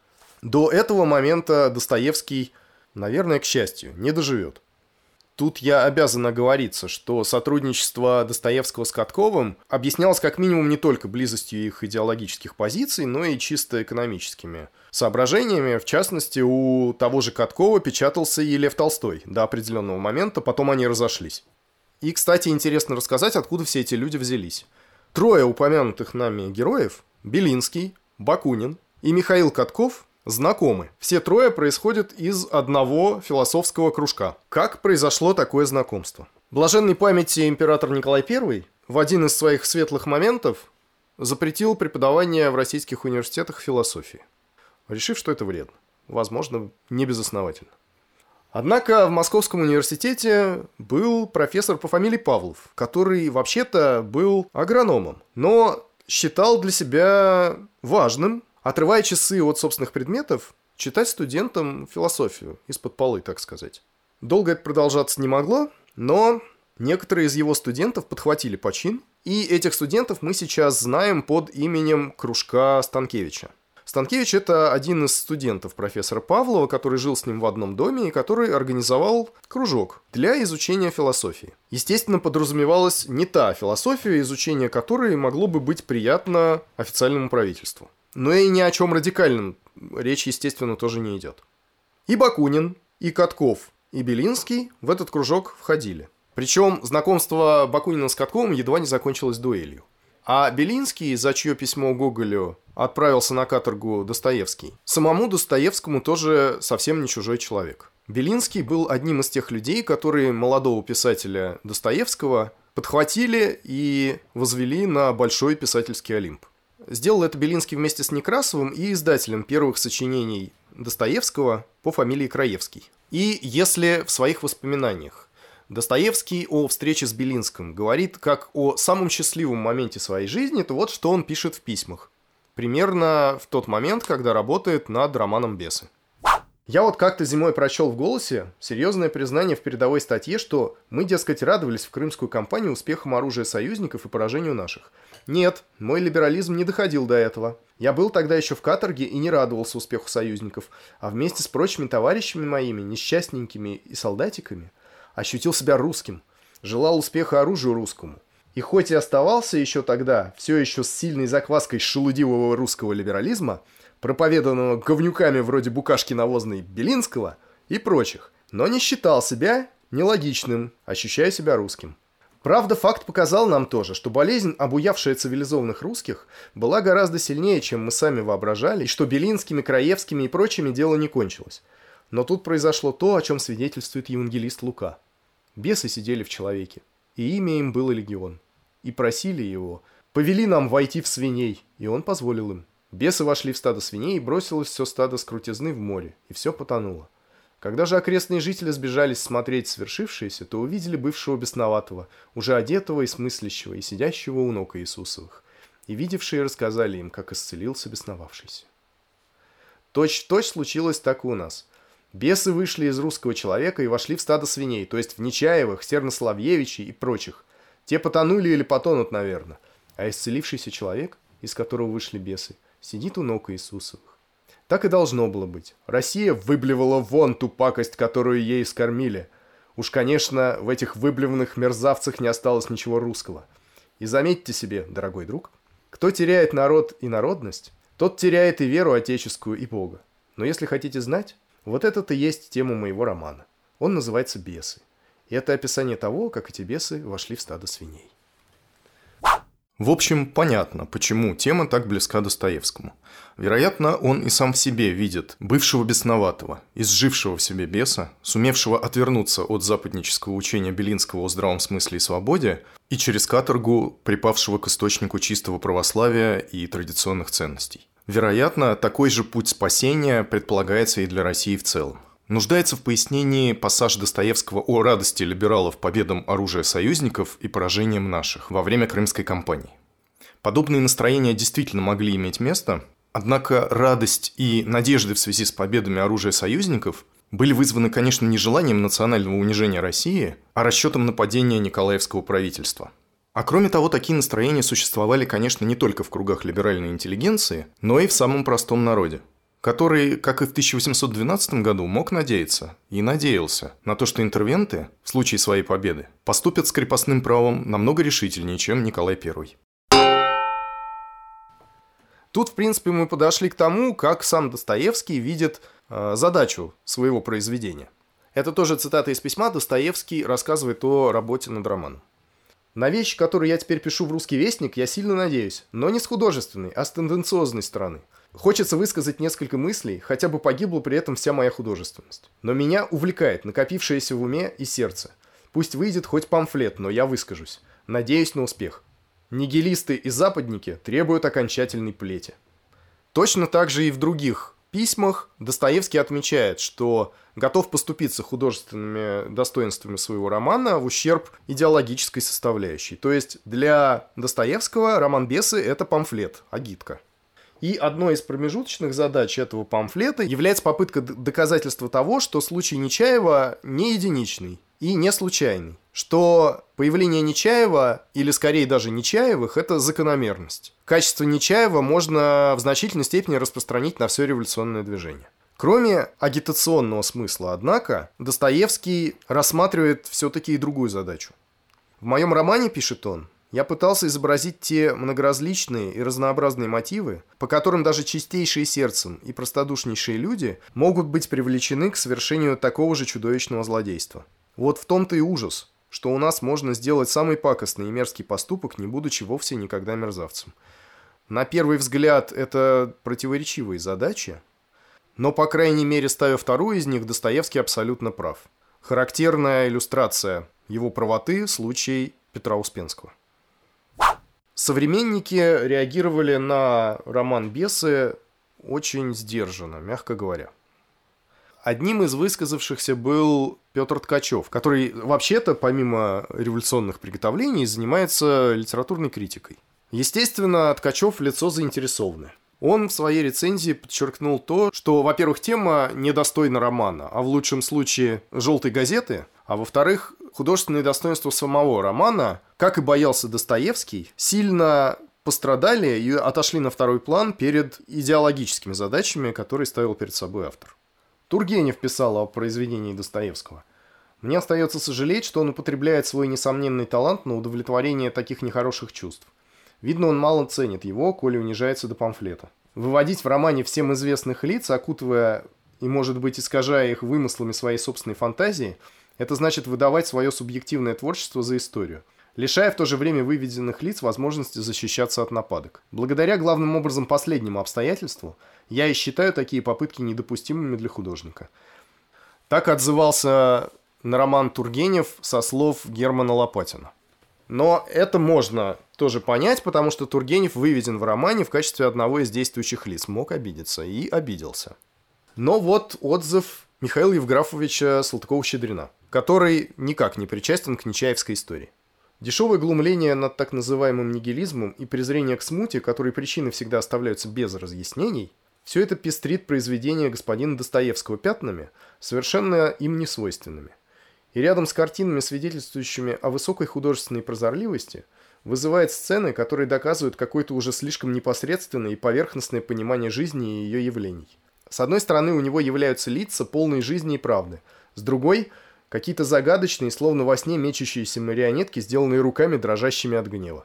До этого момента Достоевский, наверное, к счастью, не доживет. Тут я обязан оговориться, что сотрудничество Достоевского с Катковым объяснялось как минимум не только близостью их идеологических позиций, но и чисто экономическими соображениями. В частности, у того же Каткова печатался и Лев Толстой до определенного момента, потом они разошлись. И, кстати, интересно рассказать, откуда все эти люди взялись. Трое упомянутых нами героев – Белинский, Бакунин и Михаил Катков – знакомы. Все трое происходят из одного философского кружка. Как произошло такое знакомство? Блаженной памяти император Николай I в один из своих светлых моментов запретил преподавание в российских университетах философии, решив, что это вредно. Возможно, не безосновательно. Однако в Московском университете был профессор по фамилии Павлов, который вообще-то был агрономом, но считал для себя важным, отрывая часы от собственных предметов, читать студентам философию из-под полы, так сказать. Долго это продолжаться не могло, но некоторые из его студентов подхватили почин, и этих студентов мы сейчас знаем под именем кружка Станкевича. Станкевич – это один из студентов профессора Павлова, который жил с ним в одном доме и который организовал кружок для изучения философии. Естественно, подразумевалась не та философия, изучение которой могло бы быть приятно официальному правительству. Но и ни о чем радикальном речь, естественно, тоже не идет. И Бакунин, и Катков, и Белинский в этот кружок входили. Причем знакомство Бакунина с Катковым едва не закончилось дуэлью. А Белинский, за чье письмо Гоголю отправился на каторгу Достоевский, самому Достоевскому тоже совсем не чужой человек. Белинский был одним из тех людей, которые молодого писателя Достоевского подхватили и возвели на большой писательский Олимп. Сделал это Белинский вместе с Некрасовым и издателем первых сочинений Достоевского по фамилии Краевский. И если в своих воспоминаниях Достоевский о встрече с Белинским говорит как о самом счастливом моменте своей жизни, то вот что он пишет в письмах. Примерно в тот момент, когда работает над романом «Бесы». Я вот как-то зимой прочел в «Голосе» серьезное признание в передовой статье, что мы, дескать, радовались в крымскую кампанию успехам оружия союзников и поражению наших. Нет, мой либерализм не доходил до этого. Я был тогда еще в каторге и не радовался успеху союзников, а вместе с прочими товарищами моими, несчастненькими и солдатиками, ощутил себя русским, желал успеха оружию русскому. И хоть и оставался еще тогда, все еще с сильной закваской шелудивого русского либерализма, проповеданного говнюками вроде букашки навозной Белинского и прочих, но не считал себя нелогичным, ощущая себя русским. Правда, факт показал нам тоже, что болезнь, обуявшая цивилизованных русских, была гораздо сильнее, чем мы сами воображали, и что Белинскими, Краевскими и прочими дело не кончилось. Но тут произошло то, о чем свидетельствует евангелист Лука. Бесы сидели в человеке, и имя им было Легион. И просили его, повели нам войти в свиней, и он позволил им. Бесы вошли в стадо свиней, и бросилось все стадо с крутизны в море, и все потонуло. Когда же окрестные жители сбежались смотреть свершившееся, то увидели бывшего бесноватого, уже одетого и смыслящего, и сидящего у ног Иисусовых. И видевшие рассказали им, как исцелился бесновавшийся. Точь-в-точь случилось так и у нас. Бесы вышли из русского человека и вошли в стадо свиней, то есть в Нечаевых, Серносоловьевичей и прочих. Те потонули или потонут, наверное. А исцелившийся человек, из которого вышли бесы, сидит у ног Иисусовых. Так и должно было быть. Россия выблевала вон ту пакость, которую ей скормили. Уж, конечно, в этих выблеванных мерзавцах не осталось ничего русского. И заметьте себе, дорогой друг, кто теряет народ и народность, тот теряет и веру отеческую, и Бога. Но если хотите знать, вот это-то есть тема моего романа. Он называется «Бесы». И это описание того, как эти бесы вошли в стадо свиней. В общем, понятно, почему тема так близка Достоевскому. Вероятно, он и сам в себе видит бывшего бесноватого, изжившего в себе беса, сумевшего отвернуться от западнического учения Белинского о здравом смысле и свободе, и через каторгу припавшего к источнику чистого православия и традиционных ценностей. Вероятно, такой же путь спасения предполагается и для России в целом. Нуждается в пояснении пассаж Достоевского о радости либералов победам оружия союзников и поражениям наших во время Крымской кампании. Подобные настроения действительно могли иметь место, однако радость и надежды в связи с победами оружия союзников были вызваны, конечно, не желанием национального унижения России, а расчетом нападения Николаевского правительства. А кроме того, такие настроения существовали, конечно, не только в кругах либеральной интеллигенции, но и в самом простом народе, который, как и в 1812 году, мог надеяться и надеялся на то, что интервенты, в случае своей победы, поступят с крепостным правом намного решительнее, чем Николай I. Тут, в принципе, мы подошли к тому, как сам Достоевский видит задачу своего произведения. Это тоже цитата из письма. Достоевский рассказывает о работе над романом. На вещи, которые я теперь пишу в «Русский вестник», я сильно надеюсь, но не с художественной, а с тенденциозной стороны. Хочется высказать несколько мыслей, хотя бы погибла при этом вся моя художественность. Но меня увлекает накопившееся в уме и сердце. Пусть выйдет хоть памфлет, но я выскажусь. Надеюсь на успех. Нигилисты и западники требуют окончательной плети. Точно так же и в других письмах Достоевский отмечает, что готов поступиться художественными достоинствами своего романа в ущерб идеологической составляющей. То есть для Достоевского роман «Бесы» — это памфлет, агитка. И одной из промежуточных задач этого памфлета является попытка доказательства того, что случай Нечаева не единичный и не случайный. Что появление Нечаева, или скорее даже Нечаевых, это закономерность. Качество Нечаева можно в значительной степени распространить на все революционное движение. Кроме агитационного смысла, однако, Достоевский рассматривает все-таки и другую задачу. В моем романе, пишет он, я пытался изобразить те многоразличные и разнообразные мотивы, по которым даже чистейшие сердцем и простодушнейшие люди могут быть привлечены к совершению такого же чудовищного злодейства. Вот в том-то и ужас, что у нас можно сделать самый пакостный и мерзкий поступок, не будучи вовсе никогда мерзавцем. На первый взгляд, это противоречивые задачи, но, по крайней мере, ставя вторую из них, Достоевский абсолютно прав. Характерная иллюстрация его правоты – случай Петра Успенского. Современники реагировали на роман «Бесы» очень сдержанно, мягко говоря. Одним из высказавшихся был Петр Ткачев, который вообще-то, помимо революционных приготовлений, занимается литературной критикой. Естественно, Ткачев лицо заинтересованное. Он в своей рецензии подчеркнул то, что, во-первых, тема недостойна романа, а в лучшем случае «желтой газеты», а во-вторых, художественные достоинства самого романа, как и боялся Достоевский, сильно пострадали и отошли на второй план перед идеологическими задачами, которые ставил перед собой автор. Тургенев писал о произведении Достоевского. «Мне остается сожалеть, что он употребляет свой несомненный талант на удовлетворение таких нехороших чувств. Видно, он мало ценит его, коли унижается до памфлета. Выводить в романе всем известных лиц, окутывая и, может быть, искажая их вымыслами своей собственной фантазии, это значит выдавать свое субъективное творчество за историю, лишая в то же время выведенных лиц возможности защищаться от нападок. Благодаря главным образом последнему обстоятельству, я и считаю такие попытки недопустимыми для художника». Так отзывался на роман Тургенев со слов Германа Лопатина. Но это можно тоже понять, потому что Тургенев выведен в романе в качестве одного из действующих лиц. Мог обидеться и обиделся. Но вот отзыв Михаила Евграфовича Салтыкова-Щедрина, который никак не причастен к нечаевской истории. Дешевое глумление над так называемым нигилизмом и презрение к смуте, которые причины всегда оставляются без разъяснений, все это пестрит произведение господина Достоевского пятнами, совершенно им не свойственными. И рядом с картинами, свидетельствующими о высокой художественной прозорливости, вызывает сцены, которые доказывают какое-то уже слишком непосредственное и поверхностное понимание жизни и ее явлений. С одной стороны, у него являются лица, полные жизни и правды. С другой – какие-то загадочные, словно во сне мечущиеся марионетки, сделанные руками, дрожащими от гнева.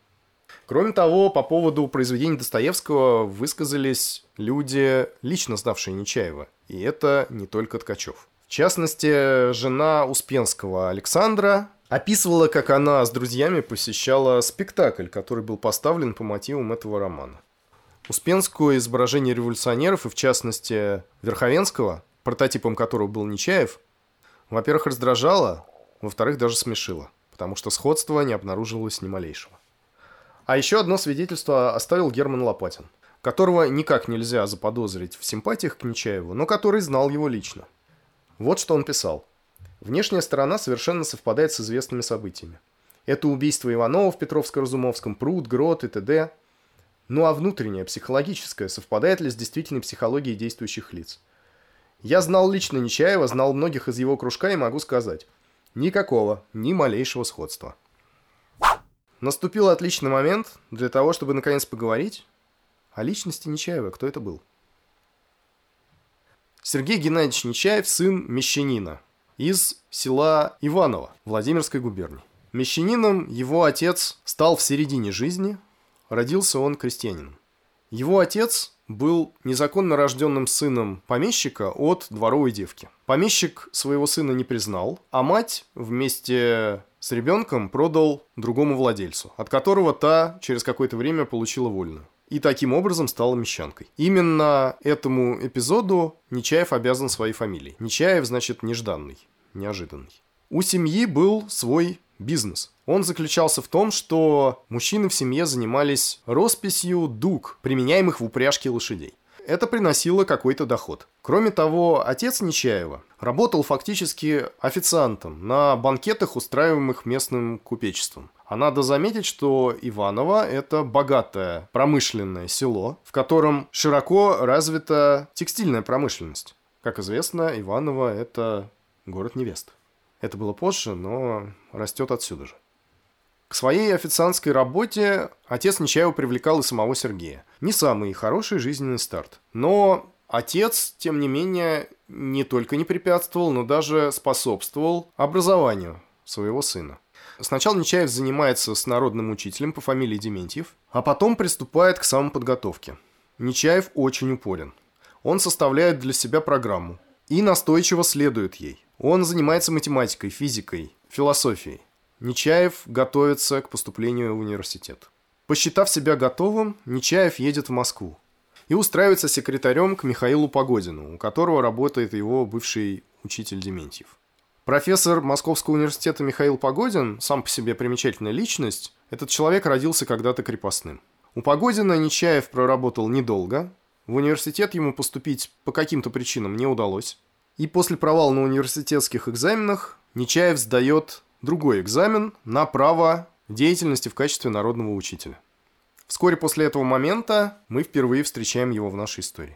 Кроме того, по поводу произведений Достоевского высказались люди, лично знавшие Нечаева. И это не только Ткачев. В частности, жена Успенского Александра описывала, как она с друзьями посещала спектакль, который был поставлен по мотивам этого романа. Успенскую изображение революционеров, и в частности Верховенского, прототипом которого был Нечаев, во-первых, раздражало, во-вторых, даже смешило, потому что сходства не обнаружилось ни малейшего. А еще одно свидетельство оставил Герман Лопатин, которого никак нельзя заподозрить в симпатиях к Нечаеву, но который знал его лично. Вот что он писал. «Внешняя сторона совершенно совпадает с известными событиями. Это убийство Иванова в Петровско-Разумовском, пруд, грот и т.д. Ну а внутренняя, психологическая, совпадает ли с действительной психологией действующих лиц? Я знал лично Нечаева, знал многих из его кружка и могу сказать, никакого, ни малейшего сходства». Наступил отличный момент для того, чтобы наконец поговорить о личности Нечаева. Кто это был? Сергей Геннадьевич Нечаев – сын мещанина из села Иваново Владимирской губернии. Мещанином его отец стал в середине жизни, родился он крестьянином. Его отец был незаконно рожденным сыном помещика от дворовой девки. Помещик своего сына не признал, а мать вместе с ребенком продал другому владельцу, от которого та через какое-то время получила вольную. И таким образом стала мещанкой. Именно этому эпизоду Нечаев обязан своей фамилией. Нечаев значит нежданный, неожиданный. У семьи был свой бизнес. Он заключался в том, что мужчины в семье занимались росписью дуг, применяемых в упряжке лошадей. это приносило какой-то доход. Кроме того, отец Нечаева работал фактически официантом на банкетах, устраиваемых местным купечеством. А надо заметить, что Иваново – это богатое промышленное село, в котором широко развита текстильная промышленность. Как известно, Иваново – это город невест. Это было позже, но растет отсюда же. К своей официантской работе отец Нечаева привлекал и самого Сергея. Не самый хороший жизненный старт. Но отец, тем не менее, не только не препятствовал, но даже способствовал образованию своего сына. Сначала Нечаев занимается с народным учителем по фамилии Дементьев, а потом приступает к самоподготовке. Нечаев очень упорен. Он составляет для себя программу и настойчиво следует ей. Он занимается математикой, физикой, философией. Нечаев готовится к поступлению в университет. Посчитав себя готовым, Нечаев едет в Москву и устраивается секретарем к Михаилу Погодину, у которого работает его бывший учитель Дементьев. Профессор Московского университета Михаил Погодин, сам по себе примечательная личность, этот человек родился когда-то крепостным. У Погодина Нечаев проработал недолго, в университет ему поступить по каким-то причинам не удалось, и после провала на университетских экзаменах Нечаев сдает другой экзамен на право деятельности в качестве народного учителя. Вскоре после этого момента мы впервые встречаем его в нашей истории.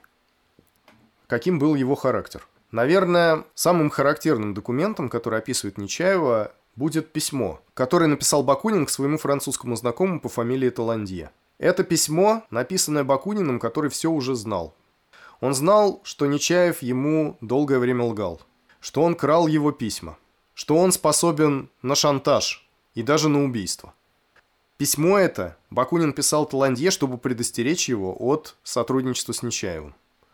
Каким был его характер? Наверное, самым характерным документом, который описывает Нечаева, будет письмо, которое написал Бакунин к своему французскому знакомому по фамилии Таландье. Это письмо, написанное Бакуниным, который все уже знал. Он знал, что Нечаев ему долгое время лгал, что он крал его письма, что он способен на шантаж и даже на убийство. Письмо это Бакунин писал Таландье, чтобы предостеречь его от сотрудничества с Нечаевым.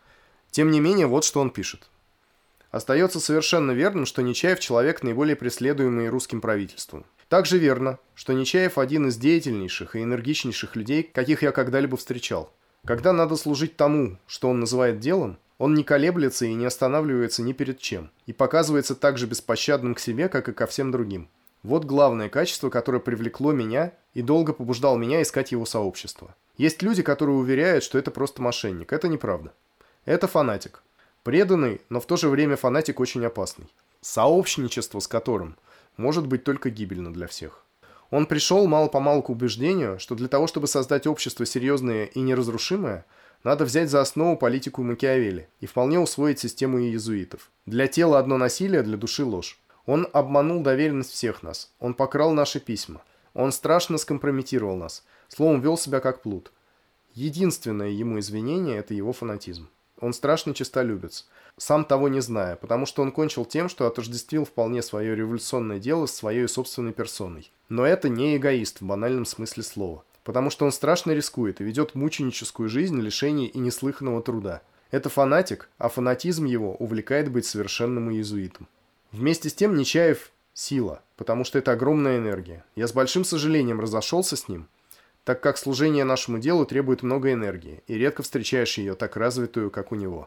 Тем не менее, вот что он пишет. Остается совершенно верным, что Нечаев человек, наиболее преследуемый русским правительством. Также верно, что Нечаев один из деятельнейших и энергичнейших людей, каких я когда-либо встречал. Когда надо служить тому, что он называет делом, он не колеблется и не останавливается ни перед чем, и показывается так же беспощадным к себе, как и ко всем другим. Вот главное качество, которое привлекло меня и долго побуждало меня искать его сообщество. Есть люди, которые уверяют, что это просто мошенник. Это неправда. Это фанатик. Преданный, но в то же время фанатик очень опасный. Сообщничество с которым может быть только гибельно для всех. Он пришел мало-помалу к убеждению, что для того, чтобы создать общество серьезное и неразрушимое, надо взять за основу политику Макиавелли и вполне усвоить систему иезуитов. Для тела одно насилие, для души ложь. Он обманул доверенность всех нас. Он покрал наши письма. Он страшно скомпрометировал нас. Словом, вел себя как плут. Единственное ему извинение – это его фанатизм. Он страшный честолюбец, сам того не зная, потому что он кончил тем, что отождествил вполне свое революционное дело с своей собственной персоной. Но это не эгоист в банальном смысле слова, потому что он страшно рискует и ведет мученическую жизнь лишений и неслыханного труда. Это фанатик, а фанатизм его увлекает быть совершенным иезуитом. Вместе с тем Нечаев – сила, потому что это огромная энергия. Я с большим сожалением разошелся с ним, так как служение нашему делу требует много энергии, и редко встречаешь ее так развитую, как у него.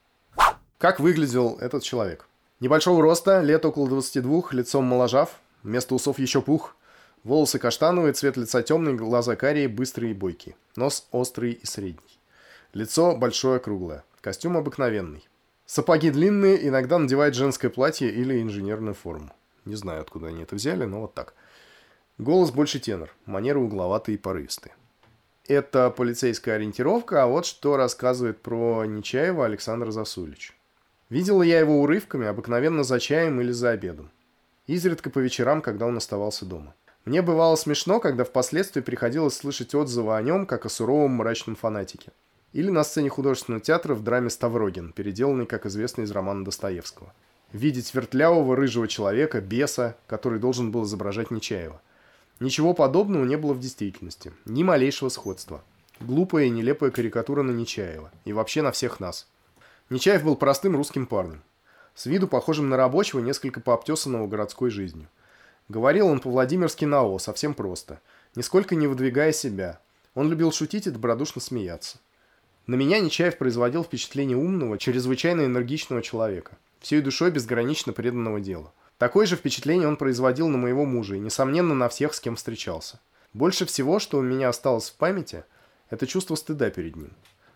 Как выглядел этот человек? Небольшого роста, лет около 22, лицом моложав, вместо усов еще пух, волосы каштановые, цвет лица темный, глаза карие, быстрые и бойкие, нос острый и средний. Лицо большое, круглое, костюм обыкновенный. Сапоги длинные, иногда надевает женское платье или инженерную форму. Не знаю, откуда они это взяли, но вот так. Голос больше тенор, манеры угловатые и порывистые. Это полицейская ориентировка, а вот что рассказывает про Нечаева Александр Засулич. Видела я его урывками, обыкновенно за чаем или за обедом. Изредка по вечерам, когда он оставался дома. Мне бывало смешно, когда впоследствии приходилось слышать отзывы о нем, как о суровом мрачном фанатике. Или на сцене художественного театра в драме «Ставрогин», переделанной, как известно, из романа Достоевского. Видеть вертлявого рыжего человека, беса, который должен был изображать Нечаева. Ничего подобного не было в действительности, ни малейшего сходства. Глупая и нелепая карикатура на Нечаева, и вообще на всех нас. Нечаев был простым русским парнем, с виду похожим на рабочего, несколько пообтесанного городской жизнью. Говорил он по-владимирски нао, совсем просто, нисколько не выдвигая себя. Он любил шутить и добродушно смеяться. На меня Нечаев производил впечатление умного, чрезвычайно энергичного человека, всей душой безгранично преданного делу. Такое же впечатление он производил на моего мужа и, несомненно, на всех, с кем встречался. Больше всего, что у меня осталось в памяти, это чувство стыда перед ним.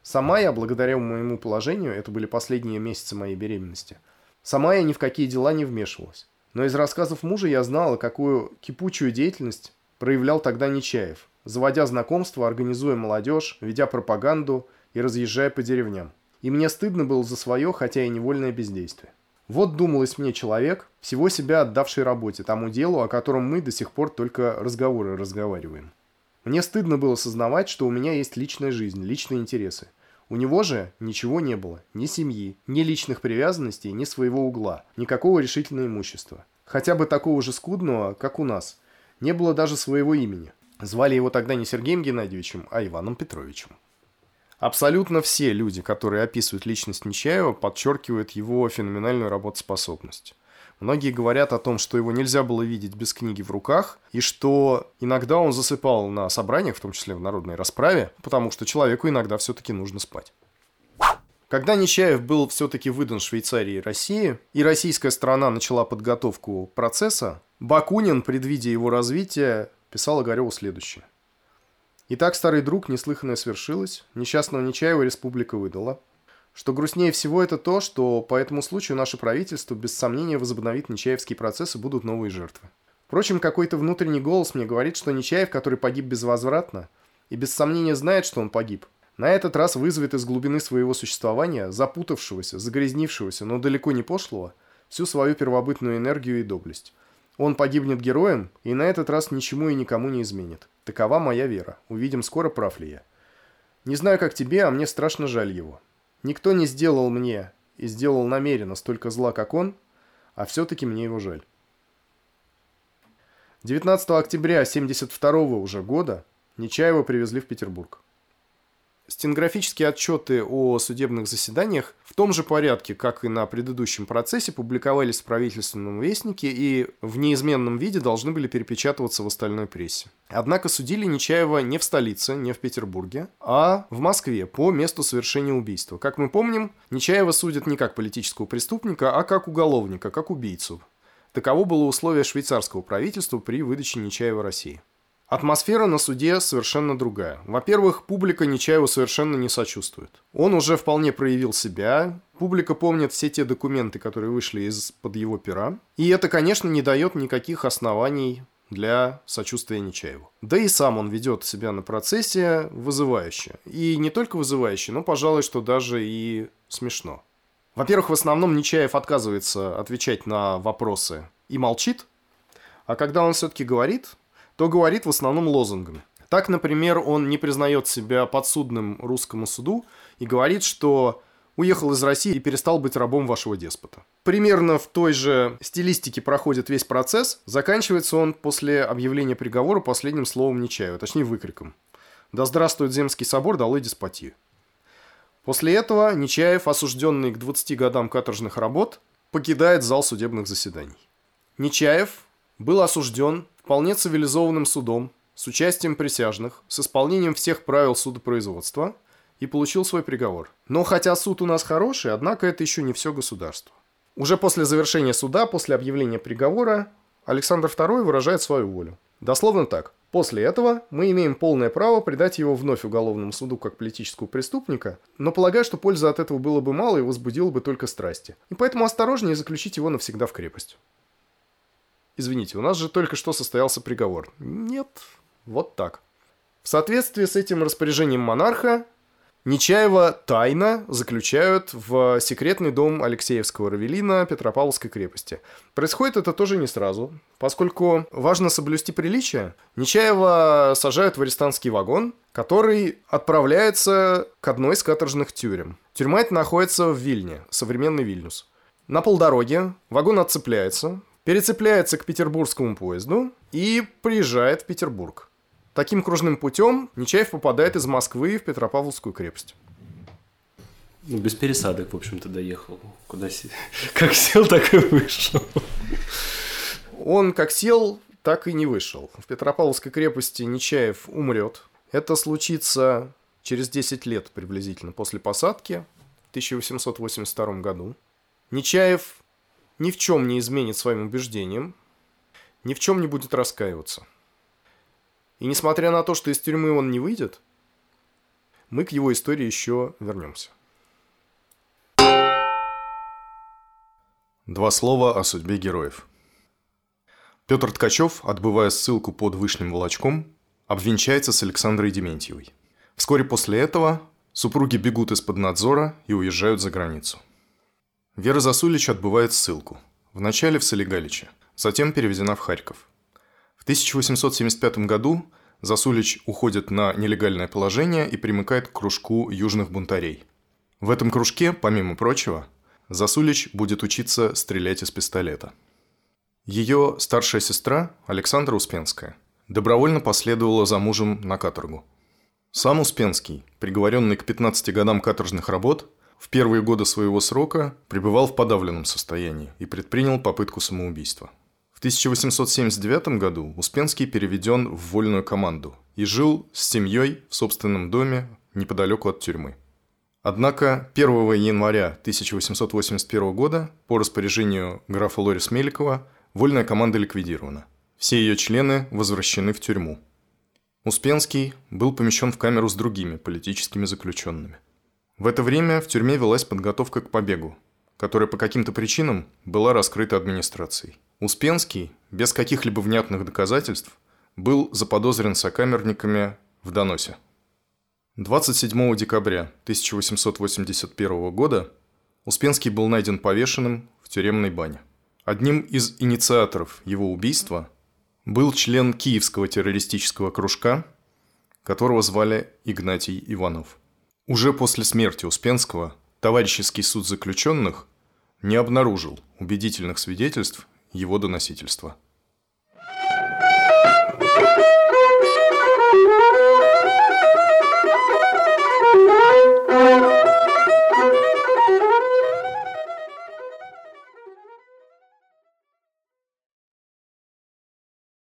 Сама я, благодаря моему положению, это были последние месяцы моей беременности, сама я ни в какие дела не вмешивалась. Но из рассказов мужа я знала, какую кипучую деятельность проявлял тогда Нечаев, заводя знакомства, организуя молодежь, ведя пропаганду и разъезжая по деревням. И мне стыдно было за свое, хотя и невольное бездействие. Вот думалось мне человек, всего себя отдавший работе, тому делу, о котором мы до сих пор только разговариваем. Мне стыдно было сознавать, что у меня есть личная жизнь, личные интересы. У него же ничего не было, ни семьи, ни личных привязанностей, ни своего угла, никакого решительного имущества. Хотя бы такого же скудного, как у нас. Не было даже своего имени. Звали его тогда не Сергеем Геннадьевичем, а Иваном Петровичем. Абсолютно все люди, которые описывают личность Нечаева, подчеркивают его феноменальную работоспособность. Многие говорят о том, что его нельзя было видеть без книги в руках, и что иногда он засыпал на собраниях, в том числе в народной расправе, потому что человеку иногда все-таки нужно спать. Когда Нечаев был все-таки выдан Швейцарии и России, и российская сторона начала подготовку процесса, Бакунин, предвидя его развитие, писал Огареву следующее. Итак, старый друг, неслыханное свершилось, несчастного Нечаева республика выдала. Что грустнее всего, это то, что по этому случаю наше правительство без сомнения возобновит Нечаевские процессы, будут новые жертвы. Впрочем, какой-то внутренний голос мне говорит, что Нечаев, который погиб безвозвратно, и без сомнения знает, что он погиб, на этот раз вызовет из глубины своего существования, запутавшегося, загрязнившегося, но далеко не пошлого, всю свою первобытную энергию и доблесть. Он погибнет героем, и на этот раз ничему и никому не изменит. Такова моя вера. Увидим скоро, прав ли я. Не знаю, как тебе, а мне страшно жаль его. Никто не сделал мне и сделал намеренно столько зла, как он, а все-таки мне его жаль. 19 октября 1972 уже года Нечаева привезли в Петербург. Стенографические отчеты о судебных заседаниях в том же порядке, как и на предыдущем процессе, публиковались в правительственном вестнике и в неизменном виде должны были перепечатываться в остальной прессе. Однако судили Нечаева не в столице, не в Петербурге, а в Москве по месту совершения убийства. Как мы помним, Нечаева судят не как политического преступника, а как уголовника, как убийцу. Таково было условие швейцарского правительства при выдаче Нечаева России. Атмосфера на суде совершенно другая. Во-первых, публика Нечаеву совершенно не сочувствует. Он уже вполне проявил себя, публика помнит все те документы, которые вышли из-под его пера. И это, конечно, не дает никаких оснований для сочувствия Нечаеву. Да и сам он ведет себя на процессе вызывающе. И не только вызывающе, но, пожалуй, что даже и смешно. Во-первых, в основном Нечаев отказывается отвечать на вопросы и молчит. А когда он все-таки говорит, то говорит в основном лозунгами. Так, например, он не признает себя подсудным русскому суду и говорит, что уехал из России и перестал быть рабом вашего деспота. Примерно в той же стилистике проходит весь процесс. Заканчивается он после объявления приговора последним словом Нечаева, точнее выкриком. «Да здравствует Земский собор, долой деспотию». После этого Нечаев, осужденный к 20 годам каторжных работ, покидает зал судебных заседаний. Нечаев был осужден вполне цивилизованным судом, с участием присяжных, с исполнением всех правил судопроизводства и получил свой приговор. Но хотя суд у нас хороший, однако это еще не все государство. Уже после завершения суда, после объявления приговора, Александр II выражает свою волю. Дословно так. После этого мы имеем полное право предать его вновь уголовному суду как политического преступника, но полагаю, что пользы от этого было бы мало и возбудило бы только страсти. И поэтому осторожнее заключить его навсегда в крепость. Извините, у нас же только что состоялся приговор. Нет, вот так. В соответствии с этим распоряжением монарха, Нечаева тайно заключают в секретный дом Алексеевского Равелина Петропавловской крепости. Происходит это тоже не сразу, поскольку важно соблюсти приличие. Нечаева сажают в арестантский вагон, который отправляется к одной из каторжных тюрем. Тюрьма эта находится в Вильне, современный Вильнюс. На полдороге вагон отцепляется, перецепляется к петербургскому поезду и приезжает в Петербург. Таким кружным путем Нечаев попадает из Москвы в Петропавловскую крепость. Ну, без пересадок, в общем-то, доехал. Как сел, так и вышел. Он как сел, так и не вышел. В Петропавловской крепости Нечаев умрет. Это случится через 10 лет приблизительно после посадки в 1882 году. Нечаев ни в чем не изменит своим убеждениям, ни в чем не будет раскаиваться. И несмотря на то, что из тюрьмы он не выйдет, Мы к его истории еще вернемся. Два слова о судьбе героев. Петр Ткачев, отбывая ссылку под Вышним Волочком, обвенчается с Александрой Дементьевой. Вскоре после этого супруги бегут из-под надзора и уезжают за границу. Вера Засулич отбывает ссылку. Вначале в Солигаличе, затем переведена в Харьков. В 1875 году Засулич уходит на нелегальное положение и примыкает к кружку южных бунтарей. В этом кружке, помимо прочего, Засулич будет учиться стрелять из пистолета. Ее старшая сестра, Александра Успенская, добровольно последовала за мужем на каторгу. Сам Успенский, приговоренный к 15 годам каторжных работ, в первые годы своего срока пребывал в подавленном состоянии и предпринял попытку самоубийства. В 1879 году Успенский переведен в вольную команду и жил с семьей в собственном доме неподалеку от тюрьмы. Однако 1 января 1881 года по распоряжению графа Лориса Меликова вольная команда ликвидирована. Все ее члены возвращены в тюрьму. Успенский был помещен в камеру с другими политическими заключенными. В это время в тюрьме велась подготовка к побегу, которая по каким-то причинам была раскрыта администрацией. Успенский, без каких-либо внятных доказательств, был заподозрен сокамерниками в доносе. 27 декабря 1881 года Успенский был найден повешенным в тюремной бане. Одним из инициаторов его убийства был член киевского террористического кружка, которого звали Игнатий Иванов. Уже после смерти Успенского товарищеский суд заключенных не обнаружил убедительных свидетельств его доносительства.